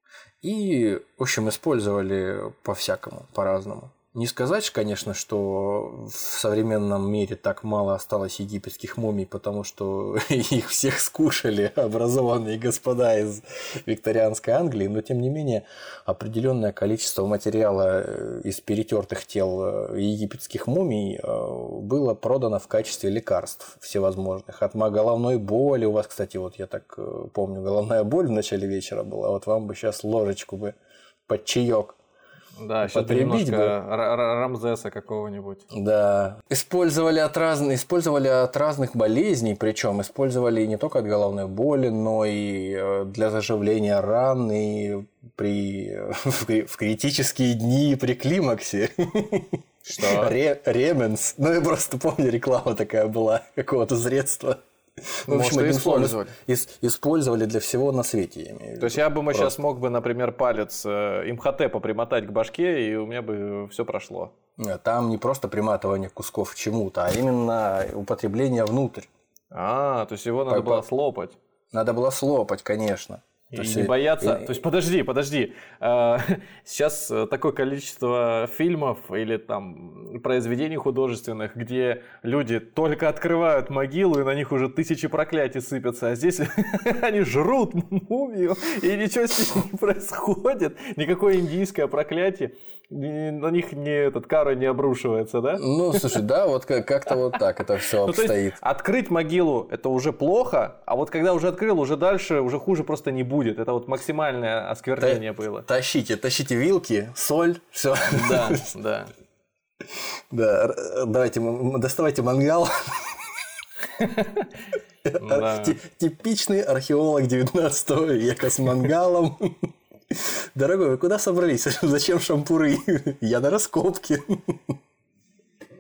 И, в общем, использовали по-всякому, по-разному. Не сказать, конечно, что в современном мире так мало осталось египетских мумий, потому что их всех скушали образованные господа из викторианской Англии, но, тем не менее, определенное количество материала из перетертых тел египетских мумий было продано в качестве лекарств всевозможных. От головной боли, у вас, кстати, вот я так помню, головная боль в начале вечера была, вот вам бы сейчас ложечку бы под чаек. Да, сейчас немножко Рамзеса какого-нибудь. Да. Использовали от, раз... использовали от разных болезней, причем использовали не только от головной боли, но и для заживления ран, и при... в критические дни при климаксе. Что? Ре... Ременс. Ну, я просто помню, реклама такая была, какого-то средства. В общем, Может, использовали. Использовали для всего на свете. Я имею в виду. То есть я бы Просто. сейчас мог бы, например, палец имхотепа примотать к башке, и у меня бы все прошло. Там не просто приматывание кусков к чему-то, а именно употребление внутрь. А, то есть его надо По- было слопать. Надо было слопать, конечно. И То не есть, бояться. и- То есть, подожди, подожди. А, Сейчас такое количество фильмов или там произведений художественных, где люди только открывают могилу, и на них уже тысячи проклятий сыпятся, а здесь они жрут мумию, и ничего с ним не происходит. Никакое индийское проклятие на них не, этот, кара не обрушивается, да? Ну, слушай, да, вот как- как-то вот так это все Ну, то есть, обстоит. открыть могилу – это уже плохо, а вот когда уже открыл, уже дальше, уже хуже просто не будет. Это вот максимальное осквернение было. Тащите, тащите вилки, соль, все. Да, да. Да, р- давайте, м- м- доставайте мангал. Да. Ти- Типичный археолог девятнадцатого века с мангалом. Дорогой, вы куда собрались? Зачем шампуры? Я на раскопке.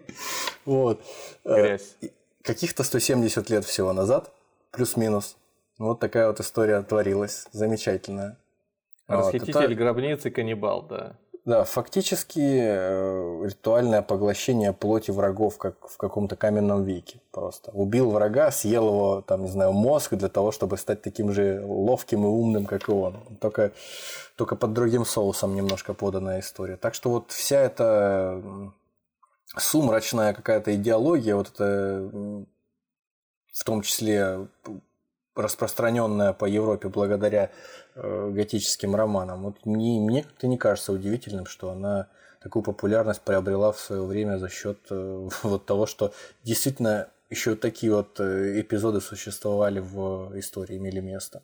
Вот. Грязь. Каких-то сто семьдесят лет всего назад, плюс-минус, Вот такая вот история творилась. Замечательная. Расхититель вот, это... гробницы, каннибал, да. Да, фактически э, ритуальное поглощение плоти врагов, как в каком-то каменном веке. Просто убил врага, съел его, там, не знаю, мозг для того, чтобы стать таким же ловким и умным, как и он. Только, только под другим соусом немножко поданная история. Так что вот вся эта сумрачная какая-то идеология, вот это в том числе распространенная по Европе благодаря э, готическим романам. Вот мне, мне как-то не кажется удивительным, что она такую популярность приобрела в свое время за счет э, вот того, что действительно еще такие вот эпизоды существовали в истории, имели место.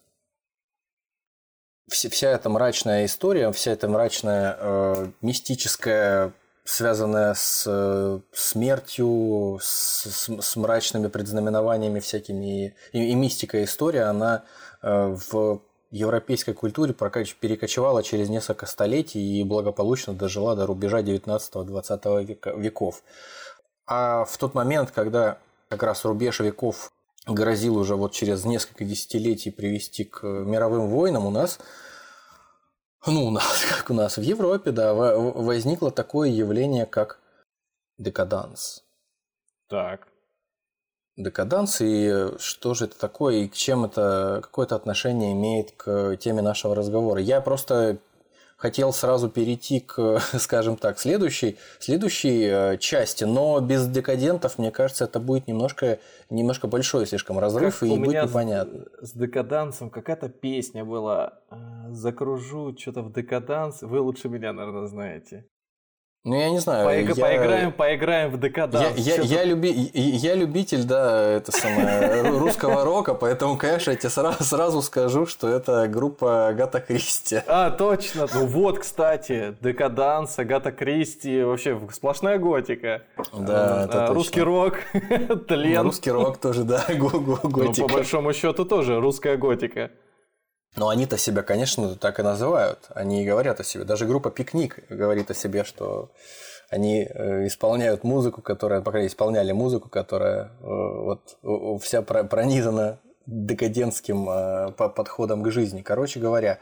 Вся, вся эта мрачная история, вся эта мрачная э, мистическая, связанная с смертью, с, с, с мрачными предзнаменованиями всякими и, и мистика история, она в европейской культуре перекочевала через несколько столетий и благополучно дожила до рубежа девятнадцатого-двадцатого веков. А в тот момент, когда как раз рубеж веков грозил уже вот через несколько десятилетий привести к мировым войнам, у нас... Ну, у нас, как у нас в Европе, да, возникло такое явление, как декаданс. Так. Декаданс, и что же это такое, и к чем это какое-то отношение имеет к теме нашего разговора. Я просто хотел сразу перейти к, скажем так, следующей, следующей части, но без декадентов, мне кажется, это будет немножко, немножко большой слишком разрыв, как и будет непонятно. С, с декадансом какая-то песня была «Закружу что-то в декаданс». Вы лучше меня, наверное, знаете. Ну, я не знаю. Поиг... Я... Поиграем, поиграем в декаданс. Я, я, я, люби... я любитель, да, это самое, русского рока, поэтому, конечно, я тебе сразу, сразу скажу, что это группа Агата Кристи. А, точно. Ну вот, кстати, декаданс, Агата Кристи, вообще сплошная готика. Да, это русский рок, тлен. Русский рок тоже, да, готика. Ну, по большому счету тоже русская готика. Но они-то себя, конечно, так и называют. Они и говорят о себе. Даже группа «Пикник» говорит о себе, что они исполняют музыку, которая, по крайней мере, исполняли музыку, которая вот вся пронизана декадентским подходом к жизни. Короче говоря,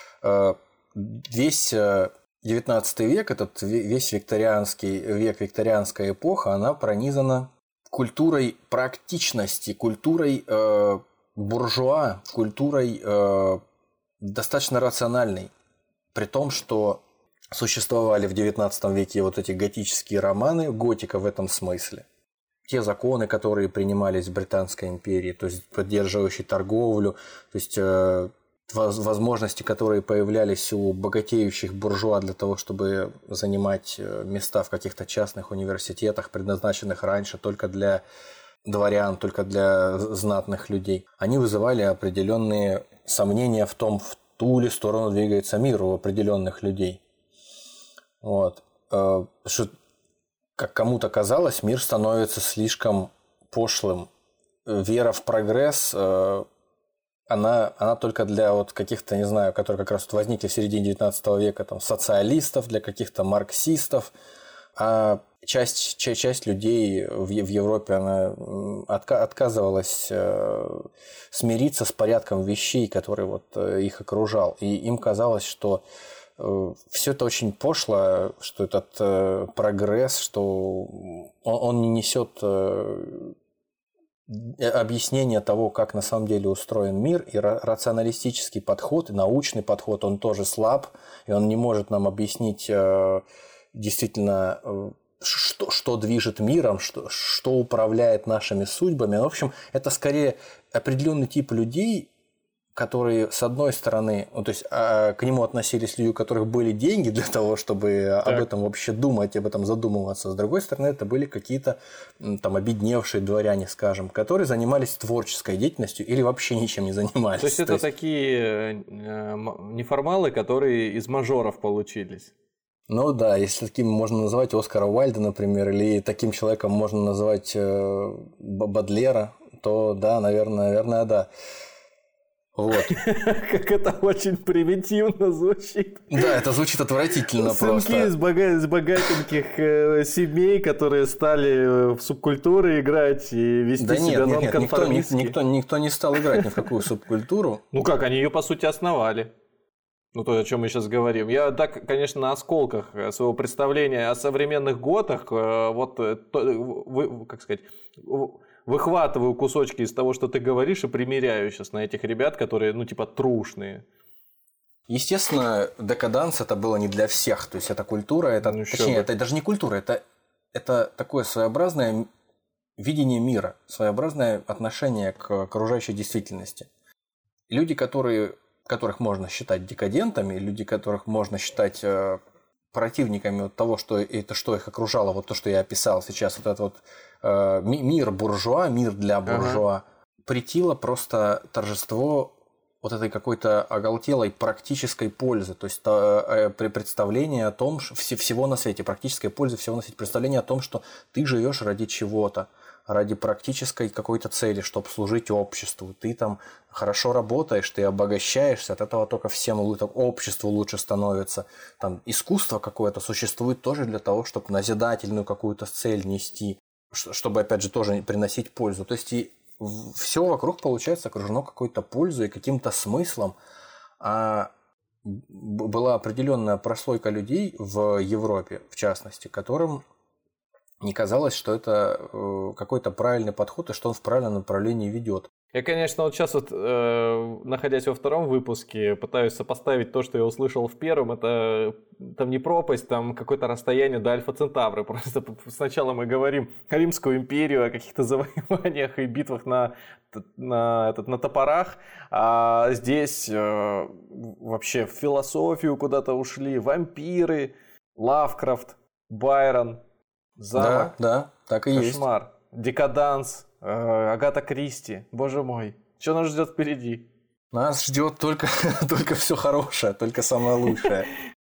весь девятнадцатый век, этот весь викторианский век, викторианская эпоха, она пронизана культурой практичности, культурой буржуа, культурой э, достаточно рациональной, при том, что существовали в девятнадцатом веке вот эти готические романы, готика в этом смысле. Те законы, которые принимались в Британской империи, то есть поддерживающие торговлю, то есть э, возможности, которые появлялись у богатеющих буржуа для того, чтобы занимать места в каких-то частных университетах, предназначенных раньше только для дворян, только для знатных людей, они вызывали определенные сомнения в том, в ту ли сторону двигается мир у определенных людей. Вот. Что, как кому-то казалось, мир становится слишком пошлым. Вера в прогресс, она, она только для вот каких-то, не знаю, которые как раз вот возникли в середине девятнадцатого века, там, социалистов, для каких-то марксистов, а Часть, часть, часть людей в, в Европе она отка, отказывалась э, смириться с порядком вещей, который вот, э, их окружал. И им казалось, что э, все это очень пошло, что этот э, прогресс, что он, он не несет э, объяснения того, как на самом деле устроен мир, и рационалистический подход, и научный подход, он тоже слаб, и он не может нам объяснить э, действительно... Э, Что, что движет миром, что, что управляет нашими судьбами. В общем, это скорее определенный тип людей, которые, с одной стороны, ну, то есть а, к нему относились люди, у которых были деньги для того, чтобы так. об этом вообще думать, об этом задумываться. С другой стороны, это были какие-то там обедневшие дворяне, скажем, которые занимались творческой деятельностью или вообще ничем не занимались. То есть, то это есть... такие неформалы, которые из мажоров получились. Ну да, если таким можно назвать Оскара Уайльда, например, или таким человеком можно назвать э, Бодлера, то да, наверное, наверное, да. Вот. Как это очень примитивно звучит. Да, это звучит отвратительно Сынки просто. из, бога... из богатеньких э, семей, которые стали в субкультуры играть и вести да себя нет, нет, нет, никто, нонконформистски. никто, никто не стал играть ни в какую субкультуру. Ну как, они ее по сути основали. Ну то, о чем мы сейчас говорим. Я так, конечно, на осколках своего представления о современных готах, вот, то, как сказать... выхватываю кусочки из того, что ты говоришь, и примеряю сейчас на этих ребят, которые, ну, типа, трушные. Естественно, декаданс это было не для всех. То есть, это культура, это, ну, точнее, это даже не культура, это, это такое своеобразное видение мира, своеобразное отношение к окружающей действительности. Люди, которые, которых можно считать декадентами, люди, которых можно считать противниками вот того, что, это, что их окружало, вот то, что я описал сейчас, вот этот вот э, мир буржуа, мир для буржуа, ага. Претило просто торжество вот этой какой-то оголтелой практической пользы, то есть э, представление о том, что всего на свете, практической пользы всего на свете, представление о том, что ты живешь ради чего-то, ради практической какой-то цели, чтобы служить обществу. Ты там хорошо работаешь, ты обогащаешься, от этого только всем обществу лучше становится. Там искусство какое-то существует тоже для того, чтобы назидательную какую-то цель нести, чтобы, опять же, тоже приносить пользу. То есть и все вокруг, получается, окружено какой-то пользой и каким-то смыслом. А была определенная прослойка людей в Европе, в частности, которым не казалось, что это какой-то правильный подход и что он в правильном направлении ведет. Я, конечно, вот сейчас, вот, э, находясь во втором выпуске, пытаюсь сопоставить то, что я услышал в первом. Это там не пропасть, там какое-то расстояние до Альфа Центавры. Просто сначала мы говорим о Римскую империю, о каких-то завоеваниях и битвах на, на, этот, на топорах. А здесь э, вообще в философию куда-то ушли. Вампиры, Лавкрафт, Байрон. Замок. Да, да, так и есть. Кошмар. Декаданс. Э, Агата Кристи. Боже мой. Что нас ждет впереди? Нас ждет только, только все хорошее, только самое лучшее.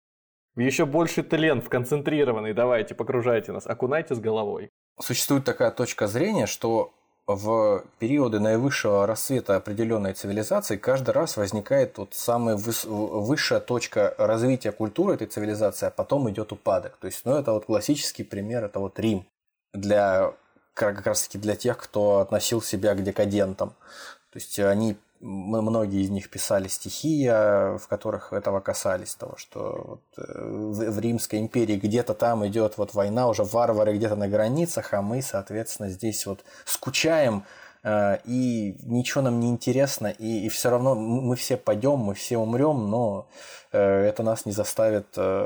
Еще больше талент, концентрированный. Давайте, погружайте нас. Окунайте с головой. Существует такая точка зрения, что в периоды наивысшего расцвета определенной цивилизации каждый раз возникает вот самая выс- высшая точка развития культуры этой цивилизации, а потом идет упадок. То есть, ну, это вот классический пример, это вот Рим. Для, как раз таки для тех, кто относил себя к декадентам. То есть, они, многие из них писали стихи, в которых этого касались, того, что вот в, в Римской империи где-то там идет вот война, уже варвары где-то на границах, а мы, соответственно, здесь вот скучаем, и ничего нам не интересно, и, и все равно мы все пойдем, мы все умрем, но это нас не заставит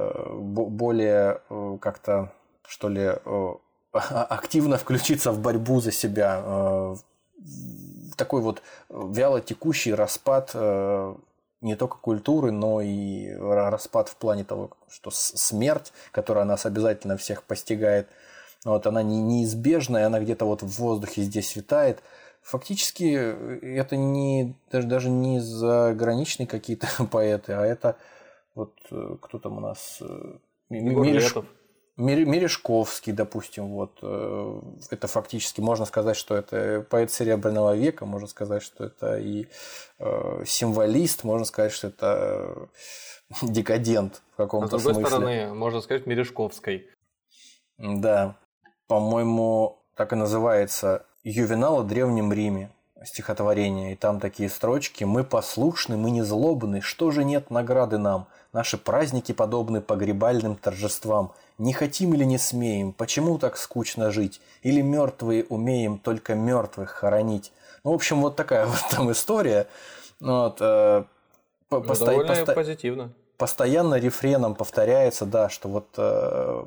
более как-то, что ли, активно включиться в борьбу за себя. Такой вот вяло текущий распад не только культуры, но и распад в плане того, что смерть, которая нас обязательно всех постигает, вот, она неизбежная, она где-то вот в воздухе здесь витает. Фактически это не, даже, даже не заграничные какие-то поэты, а это вот кто там у нас... Мереш... Мережковский, допустим, вот, это фактически, можно сказать, что это поэт Серебряного века, можно сказать, что это и э, символист, можно сказать, что это декадент в каком-то смысле. А с другой стороны, можно сказать, Мережковской. Да, по-моему, так и называется «Ювенал о Древнем Риме», стихотворение, и там такие строчки: «Мы послушны, мы не злобны, что же нет награды нам? Наши праздники подобны погребальным торжествам. Не хотим или не смеем? Почему так скучно жить? Или мертвые умеем только мертвых хоронить?» Ну, в общем, вот такая вот там история. Вот, э, ну, посто... довольно посто... позитивно. Постоянно рефреном повторяется, да, что вот э,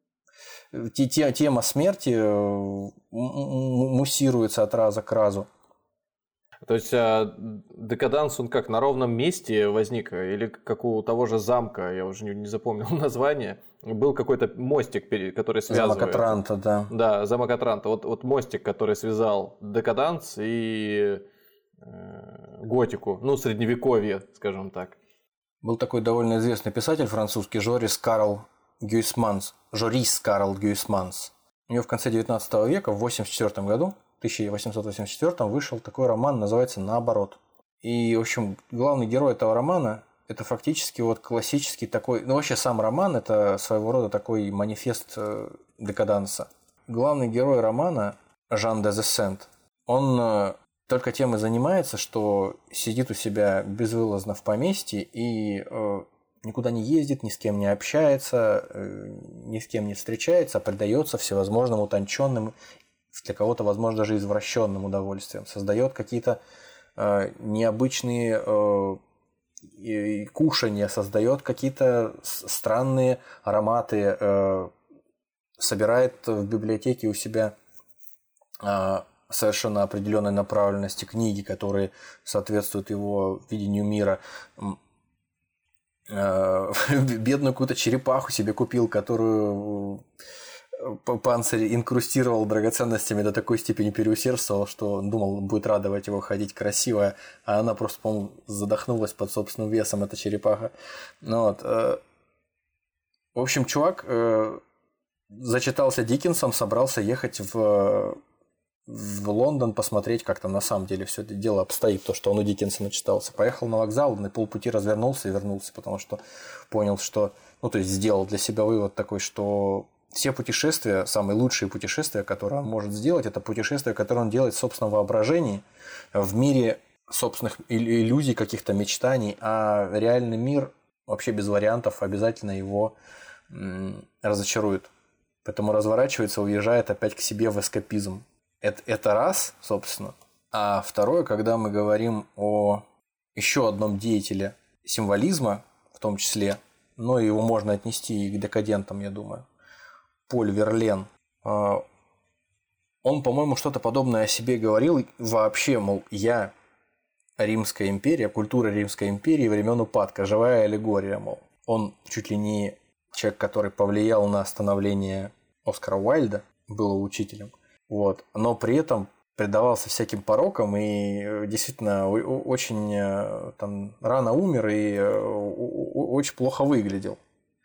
тема смерти муссируется от раза к разу. То есть декаданс, он как, на ровном месте возник? Или как у того же замка, я уже не, не запомнил название, был какой-то мостик, который связывает... Замок Атранта, да. Да, замок Атранта. Вот, вот мостик, который связал декаданс и э, готику, ну, средневековье, скажем так. Был такой довольно известный писатель французский Жорис Карл Гюйсманс. Жорис Карл Гюйсманс. У него в конце девятнадцатого века, в восемьдесят четвёртом году, в тысяча восемьсот восемьдесят четвёртом, вышел такой роман, называется «Наоборот». И, в общем, главный герой этого романа – это фактически вот классический такой… Ну, вообще сам роман – это своего рода такой манифест декаданса. Главный герой романа, Жан де Зессент, он только тем и занимается, что сидит у себя безвылазно в поместье и э, никуда не ездит, ни с кем не общается, э, ни с кем не встречается, а предается всевозможным утонченным, для кого-то, возможно, даже извращенным удовольствием. Создает какие-то э, необычные э, кушания, создает какие-то странные ароматы, э, собирает в библиотеке у себя э, совершенно определенной направленности книги, которые соответствуют его видению мира. Бедную какую-то черепаху себе купил, которую панцирь инкрустировал драгоценностями, до такой степени переусердствовал, что он думал, будет радовать его ходить красиво, а она просто, по-моему, задохнулась под собственным весом, эта черепаха. Ну, вот. В общем, чувак зачитался Диккенсом, собрался ехать в в Лондон посмотреть, как там на самом деле все это дело обстоит, то, что он у Диккенса начитался. Поехал на вокзал, на полпути развернулся и вернулся, потому что понял, что, ну, то есть сделал для себя вывод такой, что все путешествия, самые лучшие путешествия, которые он может сделать, это путешествия, которые он делает в собственном воображении, в мире собственных иллюзий, каких-то мечтаний, а реальный мир вообще без вариантов обязательно его м- разочарует. Поэтому разворачивается, уезжает опять к себе в эскапизм. Это, это раз, собственно. А второе, когда мы говорим о еще одном деятеле символизма, в том числе, но его можно отнести и к декадентам, я думаю, Поль Верлен. Он, по-моему, что-то подобное о себе говорил. Вообще, мол, я Римская империя, культура Римской империи времен упадка, живая аллегория, мол. Он чуть ли не человек, который повлиял на становление Оскара Уайльда, был учителем. Вот. Но при этом предавался всяким порокам и действительно очень там, рано умер и очень плохо выглядел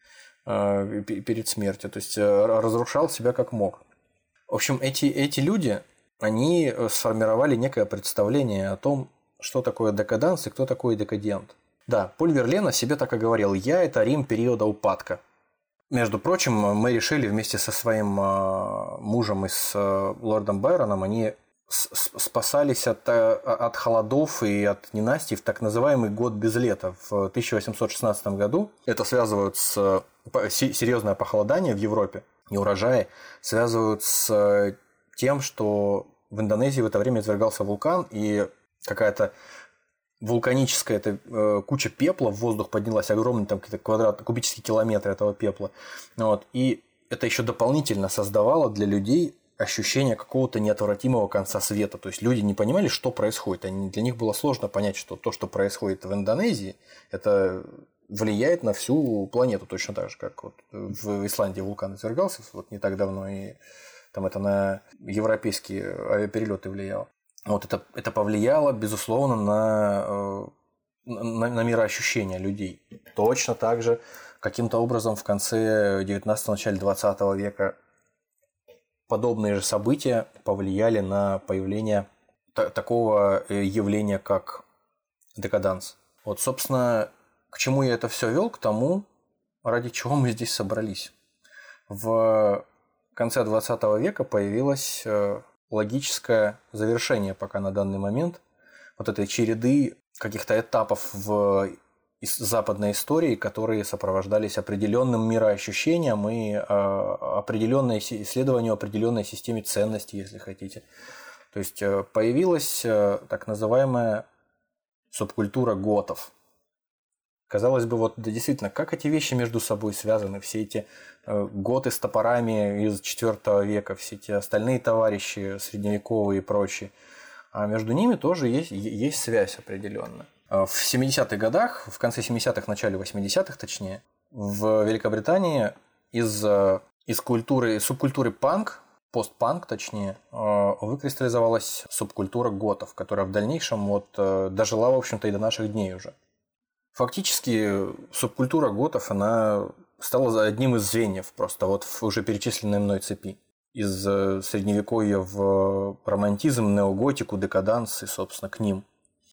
перед смертью. То есть разрушал себя как мог. В общем, эти, эти люди, они сформировали некое представление о том, что такое декаданс и кто такой декадент. Да, Поль Верлен о себе так и говорил: «Я – это Рим периода упадка». Между прочим, мы решили вместе со своим мужем и с лордом Байроном, они спасались от, от холодов и от ненастий в так называемый год без лета в тысяча восемьсот шестнадцатом году. Это связывают с серьезное похолодание в Европе, неурожаи, связывают с тем, что в Индонезии в это время извергался вулкан, и какая-то вулканическая это, э, куча пепла в воздух поднялась, огромный там какие-то квадрат, кубические километры этого пепла. Вот. И это еще дополнительно создавало для людей ощущение какого-то неотвратимого конца света. То есть люди не понимали, что происходит. Они, для них было сложно понять, что то, что происходит в Индонезии, это влияет на всю планету точно так же, как вот в Исландии вулкан извергался вот не так давно, и там это на европейские авиаперелеты влияло. Вот это, это повлияло, безусловно, на, на, на мироощущение людей. Точно так же, каким-то образом в конце девятнадцатого, начале двадцатого века подобные же события повлияли на появление та- такого явления, как декаданс. Вот, собственно, к чему я это все вел? К тому, ради чего мы здесь собрались. В конце двадцатого века появилось логическое завершение пока на данный момент вот этой череды каких-то этапов в западной истории, которые сопровождались определенным мироощущением и определенной исследованию определенной системе ценностей, если хотите. То есть появилась так называемая субкультура готов. Казалось бы, вот да, действительно, как эти вещи между собой связаны? Все эти э, готы с топорами из четвёртого века, все эти остальные товарищи средневековые и прочие. А между ними тоже есть, есть связь определенная. В семидесятых годах, в конце семидесятых, начале восьмидесятых точнее, в Великобритании из, из культуры, субкультуры панк, постпанк точнее, выкристаллизовалась субкультура готов, которая в дальнейшем вот дожила, в общем-то, и до наших дней уже. Фактически субкультура готов, она стала одним из звеньев просто вот в уже перечисленной мной цепи. Из средневековья в романтизм, неоготику, декаданс и, собственно, к ним.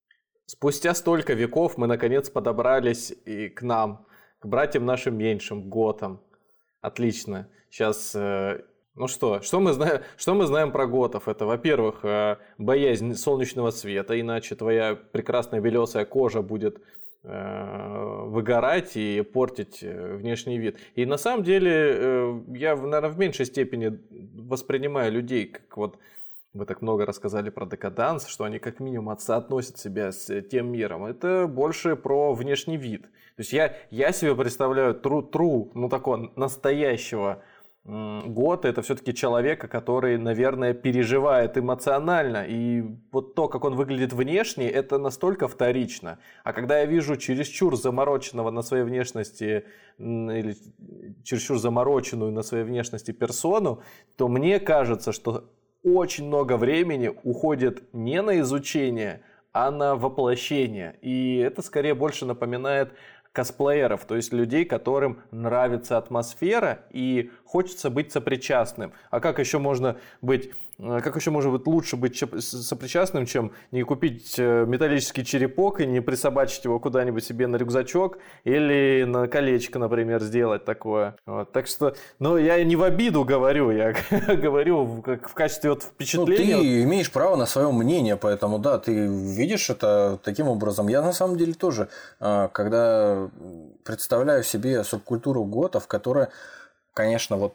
Спустя столько веков мы наконец подобрались и к нам, к братьям нашим меньшим, к готам. Отлично. Сейчас, э, ну что, что мы знаем, что мы знаем про готов? Это, во-первых, э, боязнь солнечного света, иначе твоя прекрасная белесая кожа будет э, выгорать и портить внешний вид. И на самом деле э, я, наверное, в меньшей степени воспринимаю людей как вот. Вы так много рассказали про декаданс, что они как минимум соотносят себя с тем миром. Это больше про внешний вид. То есть я, я себе представляю true, true, ну такого настоящего м- гота. Это все-таки человека, который, наверное, переживает эмоционально. И вот то, как он выглядит внешне, это настолько вторично. А когда я вижу чересчур замороченного на своей внешности или чересчур замороченную на своей внешности персону, то мне кажется, что очень много времени уходит не на изучение, а на воплощение. И это скорее больше напоминает косплееров, то есть людей, которым нравится атмосфера и хочется быть сопричастным. А как еще можно быть, как еще может быть лучше быть сопричастным, чем не купить металлический черепок и не присобачить его куда-нибудь себе на рюкзачок или на колечко, например, сделать такое. Вот. Так что, ну, я не в обиду говорю, я говорю в, в качестве вот впечатления. Ну, ты имеешь право на свое мнение, поэтому, да, ты видишь это таким образом. Я на самом деле тоже, когда представляю себе субкультуру готов, которая, конечно, вот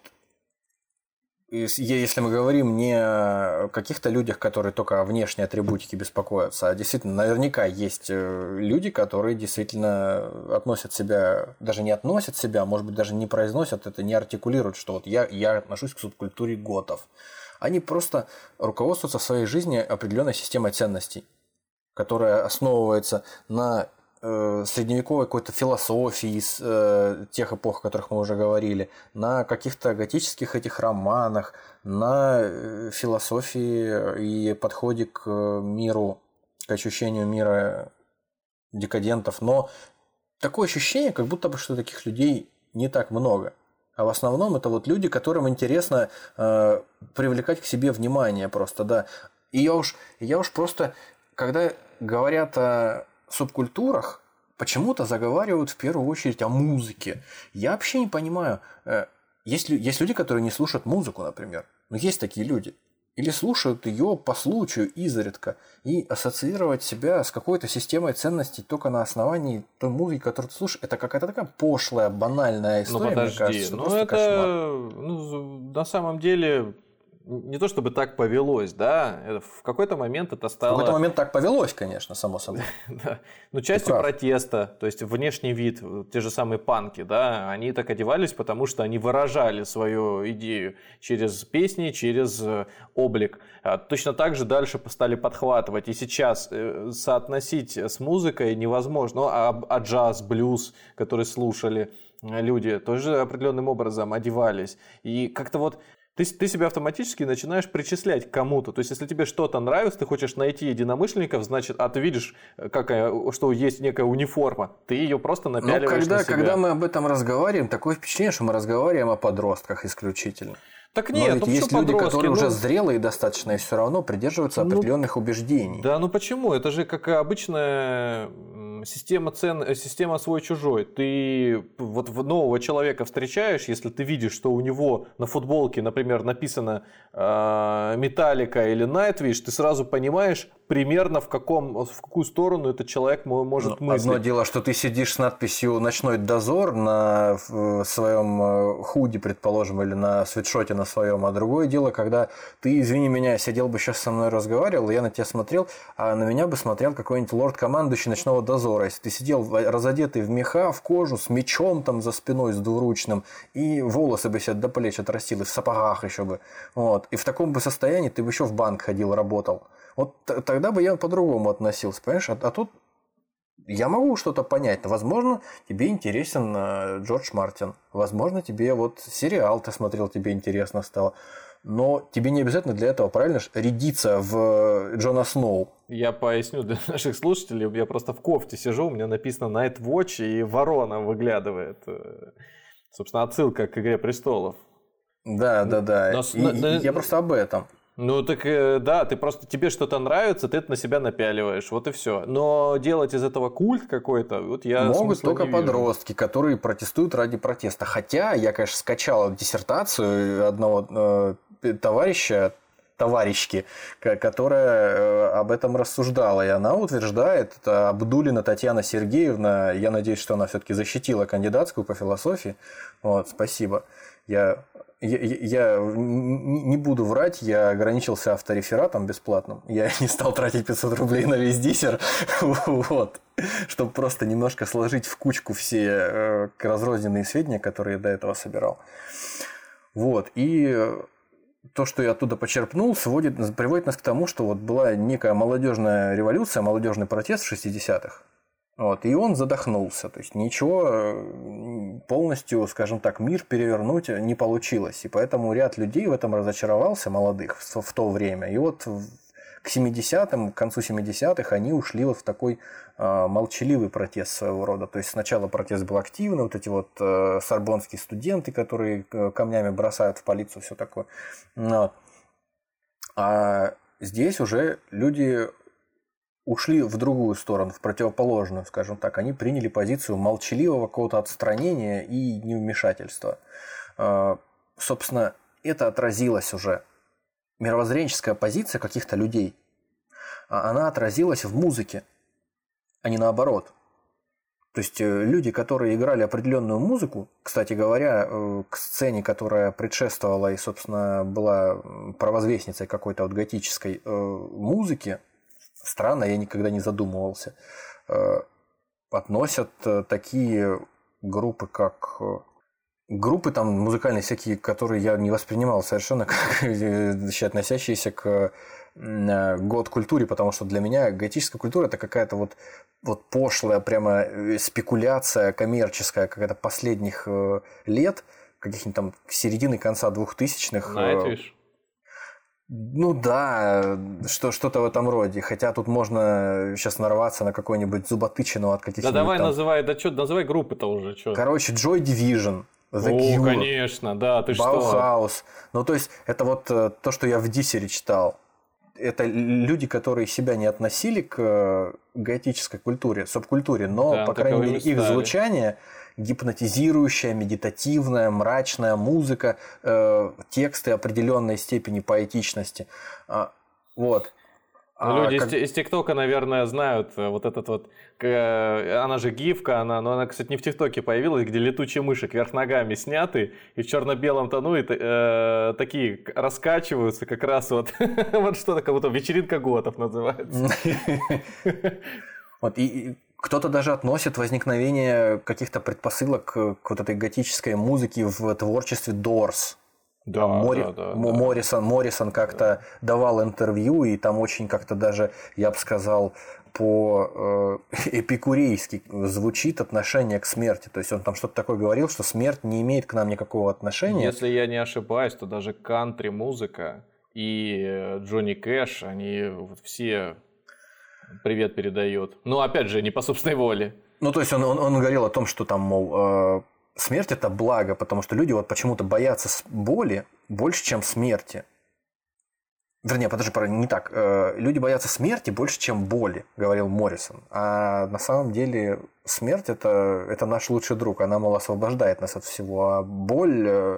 если мы говорим не о каких-то людях, которые только о внешней атрибутике беспокоятся, а действительно наверняка есть люди, которые действительно относят себя, даже не относят себя, а может быть даже не произносят это, не артикулируют, что вот я, я отношусь к субкультуре готов. Они просто руководствуются в своей жизни определенной системой ценностей, которая основывается на средневековой какой-то философии из э, тех эпох, о которых мы уже говорили, на каких-то готических этих романах, на философии и подходе к миру, к ощущению мира декадентов. Но такое ощущение, как будто бы, что таких людей не так много. А в основном это вот люди, которым интересно э, привлекать к себе внимание просто, да. И я уж, я уж просто, когда говорят о субкультурах, почему-то заговаривают в первую очередь о музыке. Я вообще не понимаю. Есть, есть люди, которые не слушают музыку, например. Но есть такие люди. Или слушают ее по случаю изредка. И ассоциировать себя с какой-то системой ценностей только на основании той музыки, которую ты слушаешь, это какая-то такая пошлая, банальная история, ну, подожди, мне кажется. Ну, это ну, на самом деле не то чтобы так повелось, да, в какой-то момент это стало... В какой-то момент так повелось, конечно, само собой. Да. Ну, частью протеста, то есть внешний вид, те же самые панки, да, они так одевались, потому что они выражали свою идею через песни, через облик. Точно так же дальше стали подхватывать. И сейчас соотносить с музыкой невозможно. А, а джаз, блюз, который слушали люди, тоже определенным образом одевались. И как-то вот Ты, ты себя автоматически начинаешь причислять к кому-то. То есть, если тебе что-то нравится, ты хочешь найти единомышленников, значит, а ты видишь, какая, что есть некая униформа, ты ее просто напяливаешь Но когда, на себя. когда мы об этом разговариваем, такое впечатление, что мы разговариваем о подростках исключительно. Так нет, Но ведь ну есть люди, подростки? которые ну... уже зрелые достаточно и все равно придерживаются ну, определенных убеждений. Да, ну почему? Это же как обычная система цен, система свой-чужой. Ты вот нового человека встречаешь, если ты видишь, что у него на футболке, например, написано Металлика или Nightwish, ты сразу понимаешь примерно в, каком, в какую сторону этот человек может ну, мыслить. Одно дело, что ты сидишь с надписью «Ночной дозор» на своем худи, предположим, или на свитшоте на своем, а другое дело, когда ты, извини меня, сидел бы сейчас со мной разговаривал, я на тебя смотрел, а на меня бы смотрел какой-нибудь лорд-командующий «Ночного дозора». Если ты сидел разодетый в меха, в кожу, с мечом там за спиной, с двуручным, и волосы бы себе до плеч отрастил, и в сапогах еще бы. Вот. И в таком бы состоянии ты бы еще в банк ходил, работал. Вот тогда бы я по-другому относился, понимаешь? А, а тут я могу что-то понять. Возможно, тебе интересен Джордж Мартин. Возможно, тебе вот сериал ты смотрел, тебе интересно стало. Но тебе не обязательно для этого, правильно, рядиться в Джона Сноу. Я поясню для наших слушателей. Я просто в кофте сижу, у меня написано Night Watch, и ворона выглядывает. Собственно, отсылка к «Игре престолов». Да, да, да. Но, и, но... Я просто об этом. Ну так да, ты просто тебе что-то нравится, ты это на себя напяливаешь, вот и все. Но делать из этого культ какой-то, вот я могут только не вижу. Подростки, которые протестуют ради протеста. Хотя я, конечно, скачал диссертацию одного э, товарища, товарищки, которая об этом рассуждала. И она утверждает, это Абдулина Татьяна Сергеевна, я надеюсь, что она все-таки защитила кандидатскую по философии. Вот, спасибо. Я, я, я не буду врать, я ограничился авторефератом бесплатным. Я не стал тратить пятьсот рублей на весь диссер, вот, чтобы просто немножко сложить в кучку все разрозненные сведения, которые я до этого собирал. Вот, и то, что я оттуда почерпнул, сводит, приводит нас к тому, что вот была некая молодежная революция, молодежный протест в шестидесятых. Вот, и он задохнулся. То есть ничего полностью, скажем так, мир перевернуть не получилось. И поэтому ряд людей в этом разочаровался, молодых, в, в то время. И вот к семидесятым, к концу семидесятых они ушли вот в такой э, молчаливый протест своего рода. То есть сначала протест был активный, вот эти вот э, сорбонские студенты, которые камнями бросают в полицию, все такое. Но, а здесь уже люди ушли в другую сторону, в противоположную, скажем так. Они приняли позицию молчаливого какого-то отстранения и невмешательства. Э, собственно, это отразилось уже. Мировоззренческая позиция каких-то людей, она отразилась в музыке, а не наоборот. То есть люди, которые играли определенную музыку, кстати говоря, к сцене, которая предшествовала и, собственно, была провозвестницей какой-то вот готической музыки, странно, я никогда не задумывался, относят такие группы, как... Группы там музыкальные всякие, которые я не воспринимал совершенно как относящиеся к гот-культуре, потому что для меня готическая культура – это какая-то вот, вот пошлая прямо спекуляция коммерческая какая-то последних лет, каких-нибудь там середины, конца двухтысячных. Найтвиш? Ну да, что, что-то в этом роде. Хотя тут можно сейчас нарваться на какую-нибудь зуботычину от каких-нибудь. Да давай там... называй, да что, называй группы-то уже. Чё? Короче, Joy Division. The О, Cure, конечно, да, ты что? Bauhaus. Ну, то есть, это вот то, что я в диссере читал. Это люди, которые себя не относили к готической культуре, субкультуре, но, да, по крайней мере, их звучание гипнотизирующая, медитативная, мрачная музыка, э, тексты определенной степени поэтичности. А, вот. Ну, люди а, как... из ТикТока, наверное, знают вот этот вот... Она же гифка, она, но она, кстати, не в ТикТоке появилась, где летучие мыши кверх ногами сняты и в черно-белом тону и, э, такие раскачиваются как раз вот... вот что-то, как будто вечеринка готов называется. Вот, и кто-то даже относит возникновение каких-то предпосылок к вот этой готической музыке в творчестве Doors. Да, Мори... да, да, Моррисон, Моррисон как-то да. давал интервью, и там очень как-то даже, я бы сказал, по-эпикурейски звучит отношение к смерти. То есть он там что-то такое говорил, что смерть не имеет к нам никакого отношения. Если я не ошибаюсь, то даже кантри-музыка и Джонни Кэш, они все привет передают. Ну, опять же, не по собственной воле. Ну, то есть он, он, он говорил о том, что там, мол... смерть – это благо, потому что люди вот почему-то боятся боли больше, чем смерти. Вернее, подожди, не так. Люди боятся смерти больше, чем боли, говорил Моррисон. А на самом деле смерть – это, это наш лучший друг. Она, мол, освобождает нас от всего. А боль…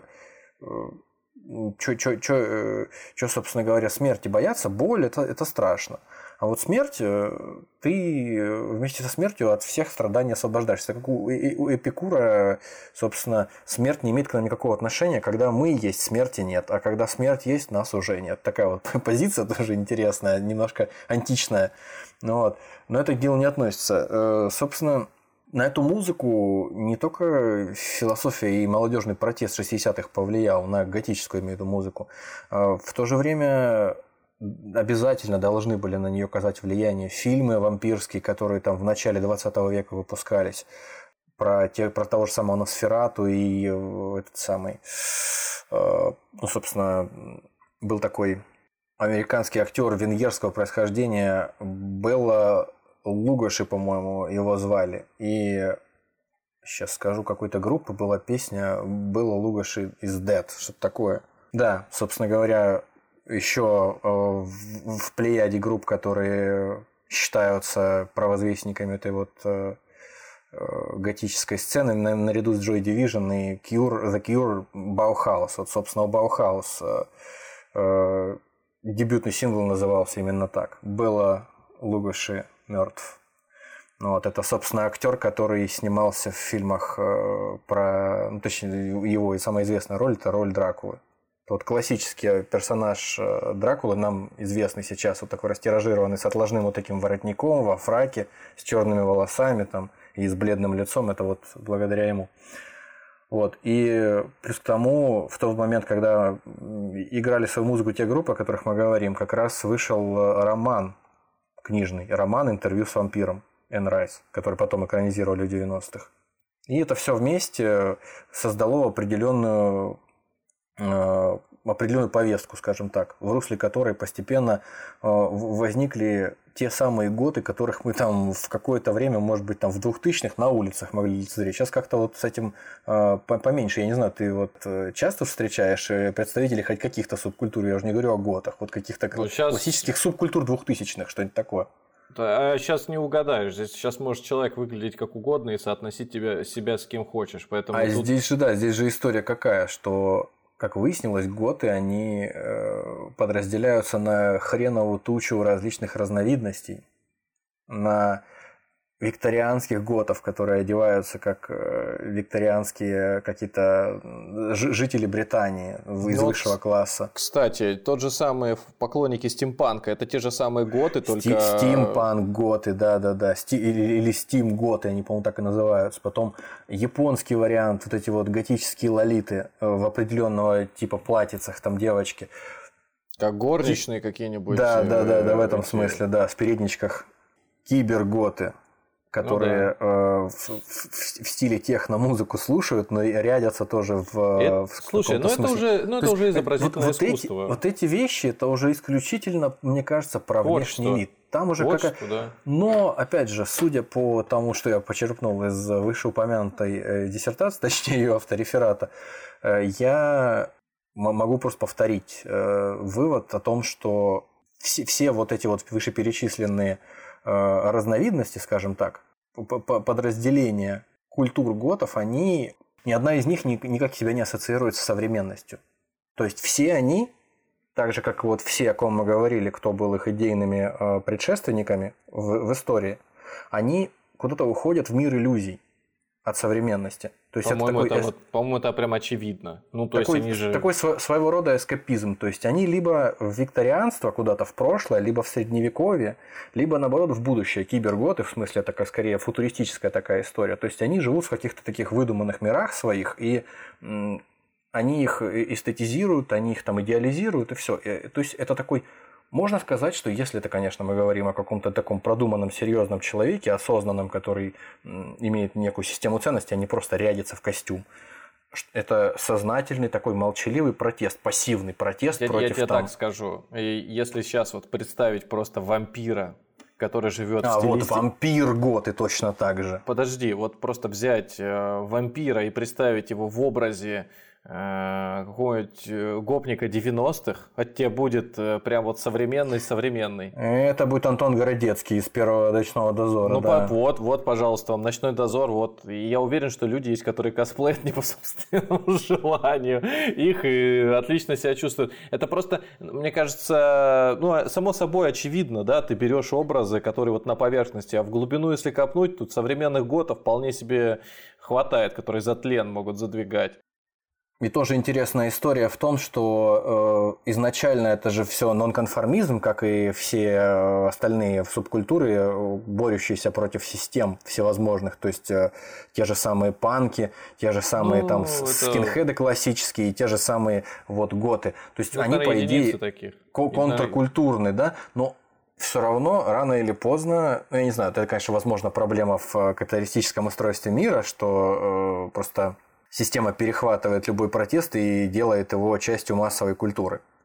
Что, собственно говоря, смерти бояться? Боль – это, это страшно. А вот смерть, ты вместе со смертью от всех страданий освобождаешься. Как у Эпикура, собственно, смерть не имеет к нам никакого отношения. Когда мы есть, смерти нет. А когда смерть есть, нас уже нет. Такая вот позиция тоже интересная, немножко античная. Вот. Но это к делу не относится. Собственно, на эту музыку не только философия и молодежный протест шестидесятых повлиял на готическую, имею в виду, музыку. В то же время... обязательно должны были на нее оказать влияние фильмы вампирские, которые там в начале двадцатого века выпускались, про, те, про того же самого Носферату и этот самый, э, ну, собственно, был такой американский актер венгерского происхождения, Белла Лугоши, по-моему, его звали, и сейчас скажу, какой-то группы была песня Белла Лугоши is Dead, что-то такое. Да, собственно говоря, еще в, в плеяде групп, которые считаются провозвестниками этой вот готической сцены, наряду с Joy Division и Cure, The Cure, Bauhaus. Вот, собственно, у Bauhaus э, дебютный сингл назывался именно так. Белла Лугоши мертв. Ну, вот, это, собственно, актер, который снимался в фильмах э, про... Ну, точнее, его и самая известная роль – это роль Дракулы. Вот классический персонаж Дракулы нам известный сейчас, вот такой растиражированный, с отложным вот таким воротником, во фраке, с черными волосами там, и с бледным лицом, это вот благодаря ему. Вот. И плюс к тому, в тот момент, когда играли свою музыку те группы, о которых мы говорим, как раз вышел роман книжный, роман «Интервью с вампиром» Энн Райс, который потом экранизировали в девяностых. И это все вместе создало определенную определенную повестку, скажем так, в русле которой постепенно возникли те самые готы, которых мы там в какое-то время, может быть, там в двухтысячных на улицах могли лицезреть. Сейчас как-то вот с этим поменьше. Я не знаю, ты вот часто встречаешь представителей хоть каких-то субкультур, я уже не говорю о готах, вот каких-то ну, сейчас... классических субкультур двухтысячных, что-нибудь такое. А сейчас не угадаешь. Здесь сейчас может человек выглядеть как угодно и соотносить тебя, себя с кем хочешь. Поэтому а тут... здесь же, да, здесь же история какая, что... Как выяснилось, готы, они э, подразделяются на хреновую тучу различных разновидностей. На викторианских готов, которые одеваются как э, викторианские какие-то ж- жители Британии из ну, высшего класса. Кстати, тот же самый поклонники стимпанка, это те же самые готы, только... Стимпанк готы, да-да-да, Сти- или, или стим-готы, они, по-моему, так и называются. Потом японский вариант, вот эти вот готические лолиты в определенного типа платьицах, там девочки. Как горничные какие-нибудь. Да-да-да, да, в этом эти... смысле, да, в передничках. Киберготы, которые ну, да. э, в, в, в стиле техно-музыку слушают, но и рядятся тоже в, это, в слушай, ну это уже, ну это уже изобразительное вот, искусство. Вот эти, вот эти вещи, это уже исключительно, мне кажется, про Творчество. Внешний вид. Там уже Творчество, какая... да. Но, опять же, судя по тому, что я почерпнул из вышеупомянутой э, диссертации, точнее ее автореферата, э, я могу просто повторить э, вывод о том, что все, все вот эти вот вышеперечисленные разновидности, скажем так, подразделения культур готов, они, ни одна из них никак себя не ассоциирует с современностью. То есть все они, так же как вот все, о ком мы говорили, кто был их идейными предшественниками в, в истории, они куда-то уходят в мир иллюзий от современности. То есть по-моему, это такой, это, вот, по-моему, это прям очевидно. Ну, то такой, есть они же... такой своего рода эскапизм. То есть они либо в викторианство куда-то в прошлое, либо в средневековье, либо наоборот в будущее. Киберготы, в смысле, такая скорее футуристическая такая история. То есть они живут в каких-то таких выдуманных мирах своих, и м, они их эстетизируют, они их там идеализируют, и все. То есть это такой... Можно сказать, что если это, конечно, мы говорим о каком-то таком продуманном, серьезном человеке, осознанном, который имеет некую систему ценностей, а не просто рядится в костюм, это сознательный такой молчаливый протест, пассивный протест я, против... Я тебе там... так скажу. Если сейчас вот представить просто вампира, который живет а, в стилистике... А, вот вампир-готы точно так же. Подожди, вот просто взять э, вампира и представить его в образе какого-нибудь гопника девяностых, от тебя будет прям вот современный-современный. Это будет Антон Городецкий из первого «Ночного дозора». Ну, да. вот, вот, пожалуйста, вам «Ночной дозор», вот. И я уверен, что люди есть, которые косплеят не по собственному желанию. Их и отлично себя чувствуют. Это просто, мне кажется, ну, само собой очевидно, да, ты берешь образы, которые вот на поверхности, а в глубину, если копнуть, тут современных готов вполне себе хватает, которые за тлен могут задвигать. И тоже интересная история в том, что э, изначально это же все нонконформизм, как и все остальные субкультуры, борющиеся против систем всевозможных. То есть э, те же самые панки, те же самые ну, там это... скинхеды классические, те же самые вот готы. То есть ну, они, по идее, таких. контркультурны, да, но все равно, рано или поздно, ну, я не знаю, это, конечно, возможно, проблема в капиталистическом устройстве мира, что э, просто... Система перехватывает любой протест и делает его частью массовой культуры.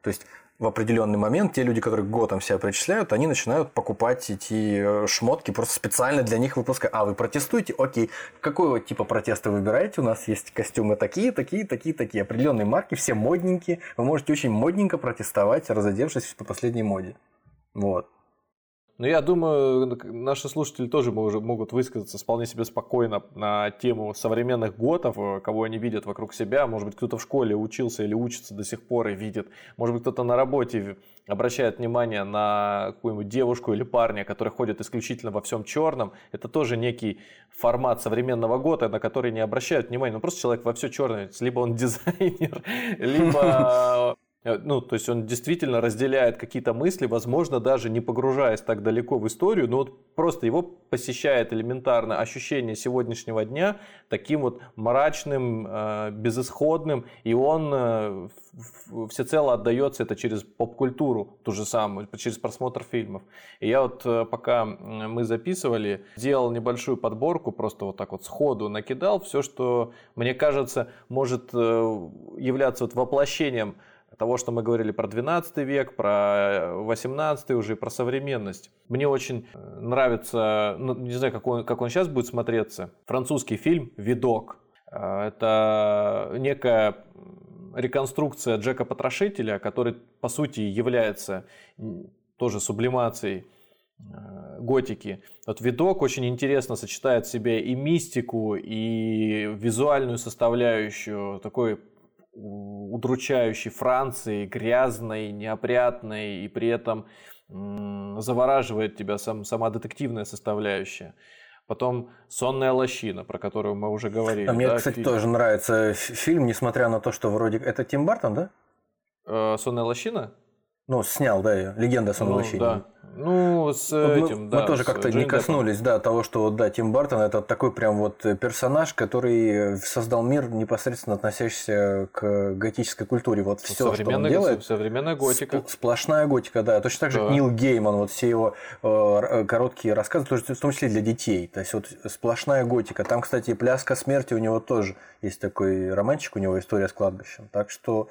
То есть в определенный момент те люди, которые к готам себя причисляют, они начинают покупать эти шмотки просто специально для них выпускать. А, вы протестуете? Окей. Какой вот типа протеста вы выбираете? У нас есть костюмы такие, такие, такие, такие. Определенные марки, все модненькие. Вы можете очень модненько протестовать, разодевшись по последней моде. Вот. Ну, я думаю, наши слушатели тоже могут высказаться вполне себе спокойно на тему современных готов, кого они видят вокруг себя. Может быть, кто-то в школе учился или учится до сих пор и видит. Может быть, кто-то на работе обращает внимание на какую-нибудь девушку или парня, который ходит исключительно во всем черном. Это тоже некий формат современного гота, на который не обращают внимания. Ну, просто человек во все черное. Либо он дизайнер, либо... Ну, то есть он действительно разделяет какие-то мысли, возможно, даже не погружаясь так далеко в историю, но вот просто его посещает элементарно ощущение сегодняшнего дня таким вот мрачным, э, безысходным, и он э, всецело отдается это через поп-культуру, ту же самую, через просмотр фильмов. И я вот, э, пока мы записывали, сделал небольшую подборку, просто вот так вот сходу накидал все, что, мне кажется, может э, являться вот воплощением того, что мы говорили про двенадцатый век, про восемнадцатый уже, про современность. Мне очень нравится, ну, не знаю, как он, как он сейчас будет смотреться, французский фильм «Видок». Это некая реконструкция Джека Потрошителя, который, по сути, является тоже сублимацией готики. Вот «Видок» очень интересно сочетает в себе и мистику, и визуальную составляющую, такой удручающей Франции, грязной, неопрятной, и при этом м- завораживает тебя сам, сама детективная составляющая. Потом «Сонная лощина», про которую мы уже говорили. А мне, да, кстати, фильм. тоже нравится фильм, несмотря на то, что вроде... Это Тим Бертон, да? Э, «Сонная лощина»? Ну, снял, да, ее. «Легенда о сонной ну, лощине». Да. Ну, с мы, этим, да. Мы тоже как-то не коснулись, да, того, что, да, Тим Бертон – это такой прям вот персонаж, который создал мир, непосредственно относящийся к готической культуре. Вот все, что он делает. Современная готика. Сплошная готика, да. Точно так же, да. Как Нил Гейман, вот все его э, короткие рассказы, в том числе для детей. То есть, вот сплошная готика. Там, кстати, «Пляска смерти» у него тоже есть такой романчик, у него «История с кладбищем». Так что...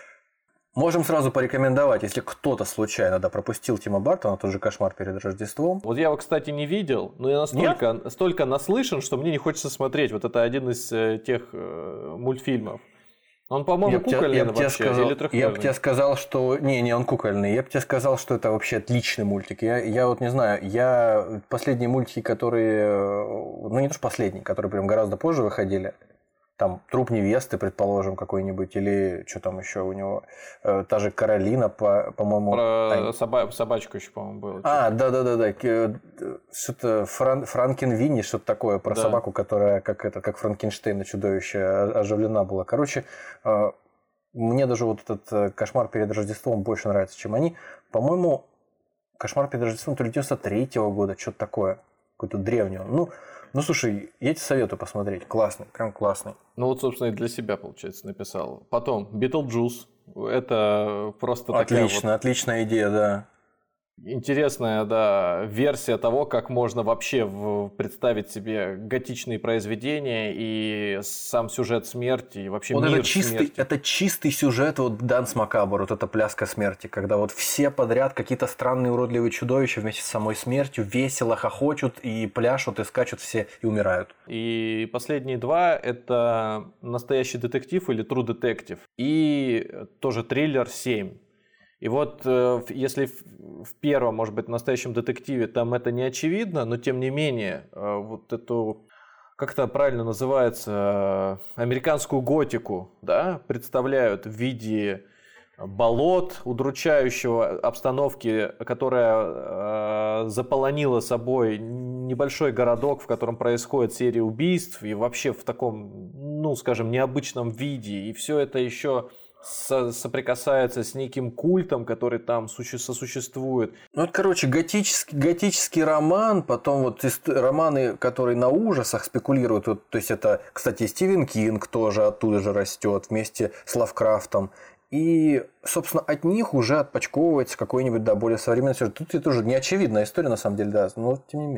Можем сразу порекомендовать, если кто-то случайно да, пропустил Тима Бертона, тот же «Кошмар перед Рождеством». Вот я его, кстати, не видел, но я настолько, настолько наслышан, что мне не хочется смотреть. Вот это один из э, тех э, мультфильмов. Он, по-моему, я кукольный я вообще, сказал, или трехмерный? Я бы тебе сказал, что... Не, не, он кукольный. Я бы тебе сказал, что это вообще отличный мультик. Я, я вот не знаю, я... Последние мультики, которые... Ну, не то, что последние, которые прям гораздо позже выходили... Там «Труп невесты», предположим, какой-нибудь, или что там еще у него, э, та же «Каролина», по, по-моему. Про а... соба... собачку еще, по-моему, было. А, да-да-да-да, что-то Фран... Франкенвинни, что-то такое, про да. собаку, которая как, это, как Франкенштейна чудовище оживлена была. Короче, э, мне даже вот этот «Кошмар перед Рождеством» больше нравится, чем они. По-моему, «Кошмар перед Рождеством» то ли девяносто третьего года, что-то такое, какой-то древний. Ну, Ну, слушай, я тебе советую посмотреть. Классный, прям классный. Ну, вот, собственно, и для себя, получается, написал. Потом, «Битлджус». Это просто отлично, такая Отлично, вот... отличная идея, да. Интересная, да, версия того, как можно вообще в... представить себе готичные произведения и сам сюжет смерти, и вообще вот мир это чистый, смерти. Это чистый сюжет, вот «Данс Макабр», вот эта «Пляска смерти», когда вот все подряд какие-то странные уродливые чудовища вместе с самой смертью весело хохочут и пляшут, и скачут все, и умирают. И последние два – это «Настоящий детектив» или «True Detective», и тоже триллер «семь». И вот если в первом, может быть, «Настоящем детективе» там это не очевидно, но тем не менее, вот эту, как это правильно называется, американскую готику, да, представляют в виде болот, удручающего обстановки, которая заполонила собой небольшой городок, в котором происходит серия убийств, и вообще в таком, ну, скажем, необычном виде. И все это еще... соприкасается с неким культом, который там сосуществует. Ну, это, короче, готический, готический роман, потом вот романы, которые на ужасах спекулируют. Вот, то есть, это, кстати, Стивен Кинг тоже оттуда же растет вместе с Лавкрафтом. И, собственно, от них уже отпочковывается какой-нибудь, да, более современный сюжет. Тут это уже неочевидная история, на самом деле, да, но тем не менее.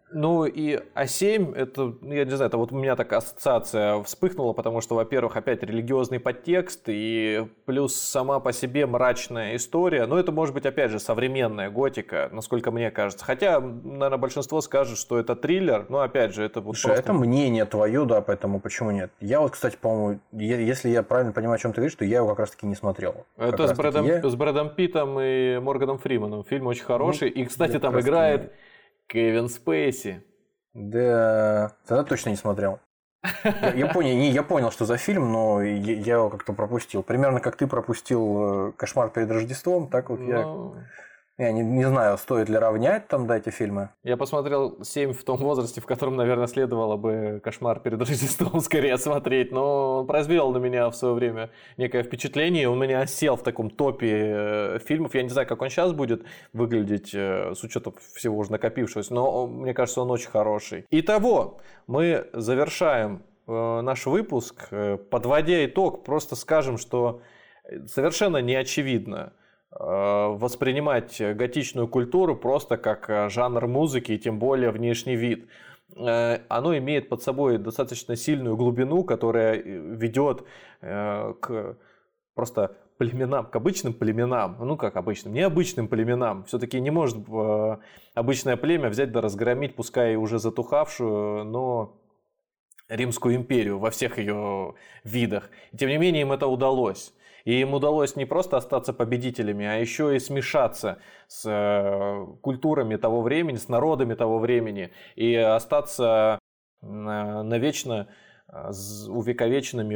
Ну и А семь, это, я не знаю, это вот у меня такая ассоциация вспыхнула, потому что, во-первых, опять религиозный подтекст, и плюс сама по себе мрачная история. Но это может быть, опять же, современная готика, насколько мне кажется. Хотя, наверное, большинство скажет, что это триллер, но, опять же, это вот Слушай, просто... это мнение твое, да, поэтому почему нет? Я вот, кстати, по-моему, если я правильно понимаю, о чем ты говоришь, то я его как раз-таки не смотрел. Это с Брэдом, я... с Брэдом Питтом и Морганом Фриманом. Фильм очень хороший. Ну, и, кстати, там играет... Не... Кевин Спейси. Да, тогда точно не смотрел. Я, я, понял, не, я понял, что за фильм, но я, я его как-то пропустил. Примерно как ты пропустил «Кошмар перед Рождеством», так вот но... я... Я не, не знаю, стоит ли равнять там, да, эти фильмы. Я посмотрел семь в том возрасте, в котором, наверное, следовало бы «Кошмар перед Рождеством» скорее смотреть, но он произвел на меня в свое время некое впечатление, он у меня сел в таком топе фильмов. Я не знаю, как он сейчас будет выглядеть с учетом всего уже накопившегося, но мне кажется, он очень хороший. Итого, мы завершаем наш выпуск. Подводя итог, просто скажем, что совершенно не очевидно воспринимать готичную культуру просто как жанр музыки и тем более внешний вид. Оно имеет под собой достаточно сильную глубину, которая ведет к просто племенам, к обычным племенам, ну как обычным, необычным племенам. Все-таки не может обычное племя взять да разгромить, пускай уже затухавшую, но Римскую империю во всех ее видах. И тем не менее им это удалось. И им удалось не просто остаться победителями, а еще и смешаться с культурами того времени, с народами того времени. И остаться навечно увековеченными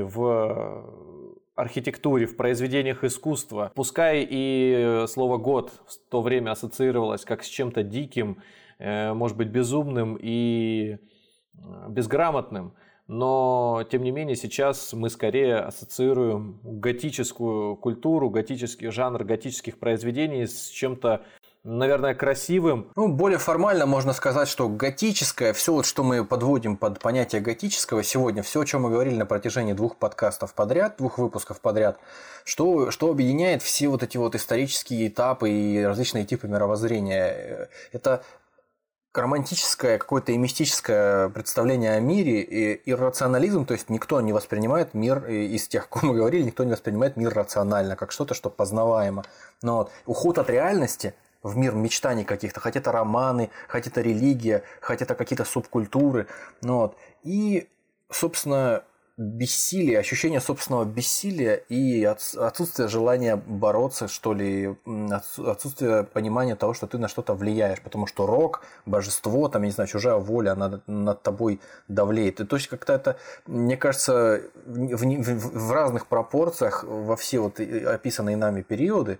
в архитектуре, в произведениях искусства. Пускай и слово «гот» в то время ассоциировалось как с чем-то диким, может быть, безумным и безграмотным. Но, тем не менее, сейчас мы скорее ассоциируем готическую культуру, готический жанр готических произведений с чем-то, наверное, красивым. Ну, более формально можно сказать, что готическое, все вот, что мы подводим под понятие готического сегодня, все, о чем мы говорили на протяжении двух подкастов подряд, двух выпусков подряд, что, что объединяет все вот эти вот исторические этапы и различные типы мировоззрения. Это романтическое какое-то и мистическое представление о мире и иррационализм, то есть никто не воспринимает мир, из тех, о ком мы говорили, никто не воспринимает мир рационально, как что-то, что познаваемо. Но вот уход от реальности в мир мечтаний каких-то, хоть это романы, хоть это религия, хоть это какие-то субкультуры. Ну вот. И, собственно, бессилие, ощущение собственного бессилия и отсутствие желания бороться, что ли, отсутствие понимания того, что ты на что-то влияешь, потому что рок, божество, там, я не знаю, чужая воля, она над тобой давлеет. И то есть как-то это, мне кажется, в, в, в разных пропорциях во все вот описанные нами периоды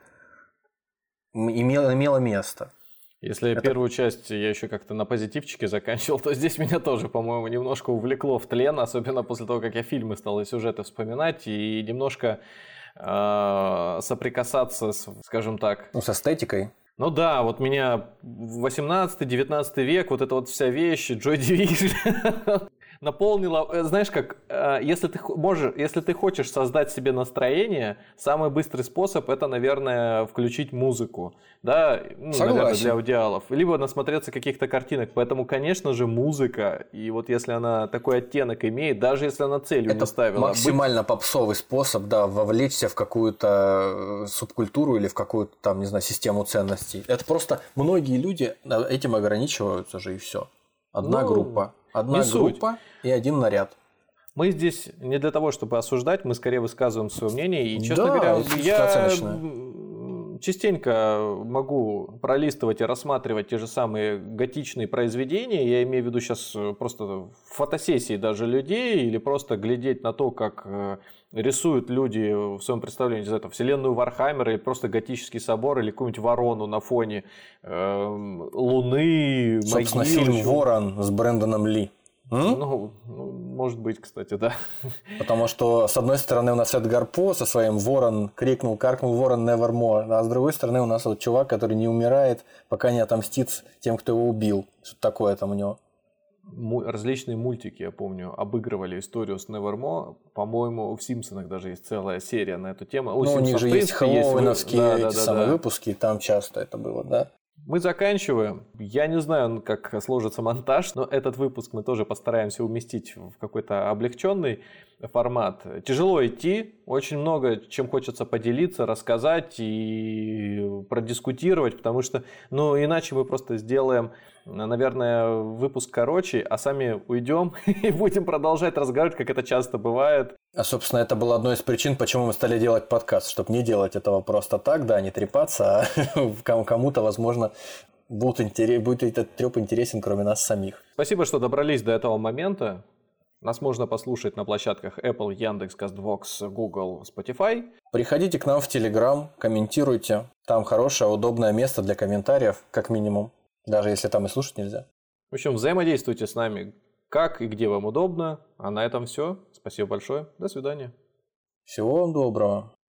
имело, имело место. Если это... первую часть я еще как-то на позитивчике заканчивал, то здесь меня тоже, по-моему, немножко увлекло в тлен, особенно после того, как я фильмы стал и сюжеты вспоминать, и немножко э, соприкасаться с, скажем так... Ну, с эстетикой. Ну да, вот меня восемнадцатый-девятнадцатый век, вот эта вот вся вещь, Joy Division... наполнила, знаешь как, если ты можешь, если ты хочешь создать себе настроение, самый быстрый способ это, наверное, включить музыку, да, ну, наверное, для аудиалов, либо насмотреться каких-то картинок. Поэтому, конечно же, музыка, и вот если она такой оттенок имеет, даже если она целью это не ставила, максимально быть... попсовый способ, да, вовлечься в какую-то субкультуру или в какую-то там, не знаю, систему ценностей. Это просто многие люди этим ограничиваются же и все. Одна ну, группа. Одна группа суть. И один наряд. Мы здесь не для того, чтобы осуждать, мы скорее высказываем свое мнение. И, честно да, говоря, я частенько могу пролистывать и рассматривать те же самые готичные произведения. Я имею в виду сейчас просто фотосессии даже людей или просто глядеть на то, как рисуют люди в своем представлении, не знаю, вселенную Вархаммера или просто готический собор или какую-нибудь ворону на фоне э, луны, собственно, могил, фильм «Ворон» с Брэндоном Ли. Ну, ну, может быть, кстати, да. Потому что, с одной стороны, у нас Эдгар По со своим «Ворон» крикнул, каркнул «Ворон nevermore», а с другой стороны, у нас вот чувак, который не умирает, пока не отомстит тем, кто его убил. Что такое там у него? Различные мультики, я помню, обыгрывали историю с Nevermore. По-моему, в «Симпсонах» даже есть целая серия на эту тему. У, ну, у них же есть хэллоуиновские да, эти да, самые да. выпуски, и там часто это было, да? Мы заканчиваем. Я не знаю, как сложится монтаж, но этот выпуск мы тоже постараемся уместить в какой-то облегченный формат. Тяжело идти, очень много чем хочется поделиться, рассказать и продискутировать, потому что, ну, иначе мы просто сделаем, наверное, выпуск короче, а сами уйдем и будем продолжать разговаривать, как это часто бывает. А, собственно, это была одной из причин, почему мы стали делать подкаст, чтобы не делать этого просто так, да, не трепаться, а кому-то, возможно, будет, интерес, будет этот треп интересен, кроме нас самих. Спасибо, что добрались до этого момента. Нас можно послушать на площадках Apple, Яндекс, Castbox, Google, Spotify. Приходите к нам в Telegram, комментируйте. Там хорошее, удобное место для комментариев, как минимум. Даже если там и слушать нельзя. В общем, взаимодействуйте с нами как и где вам удобно. А на этом все. Спасибо большое. До свидания. Всего вам доброго.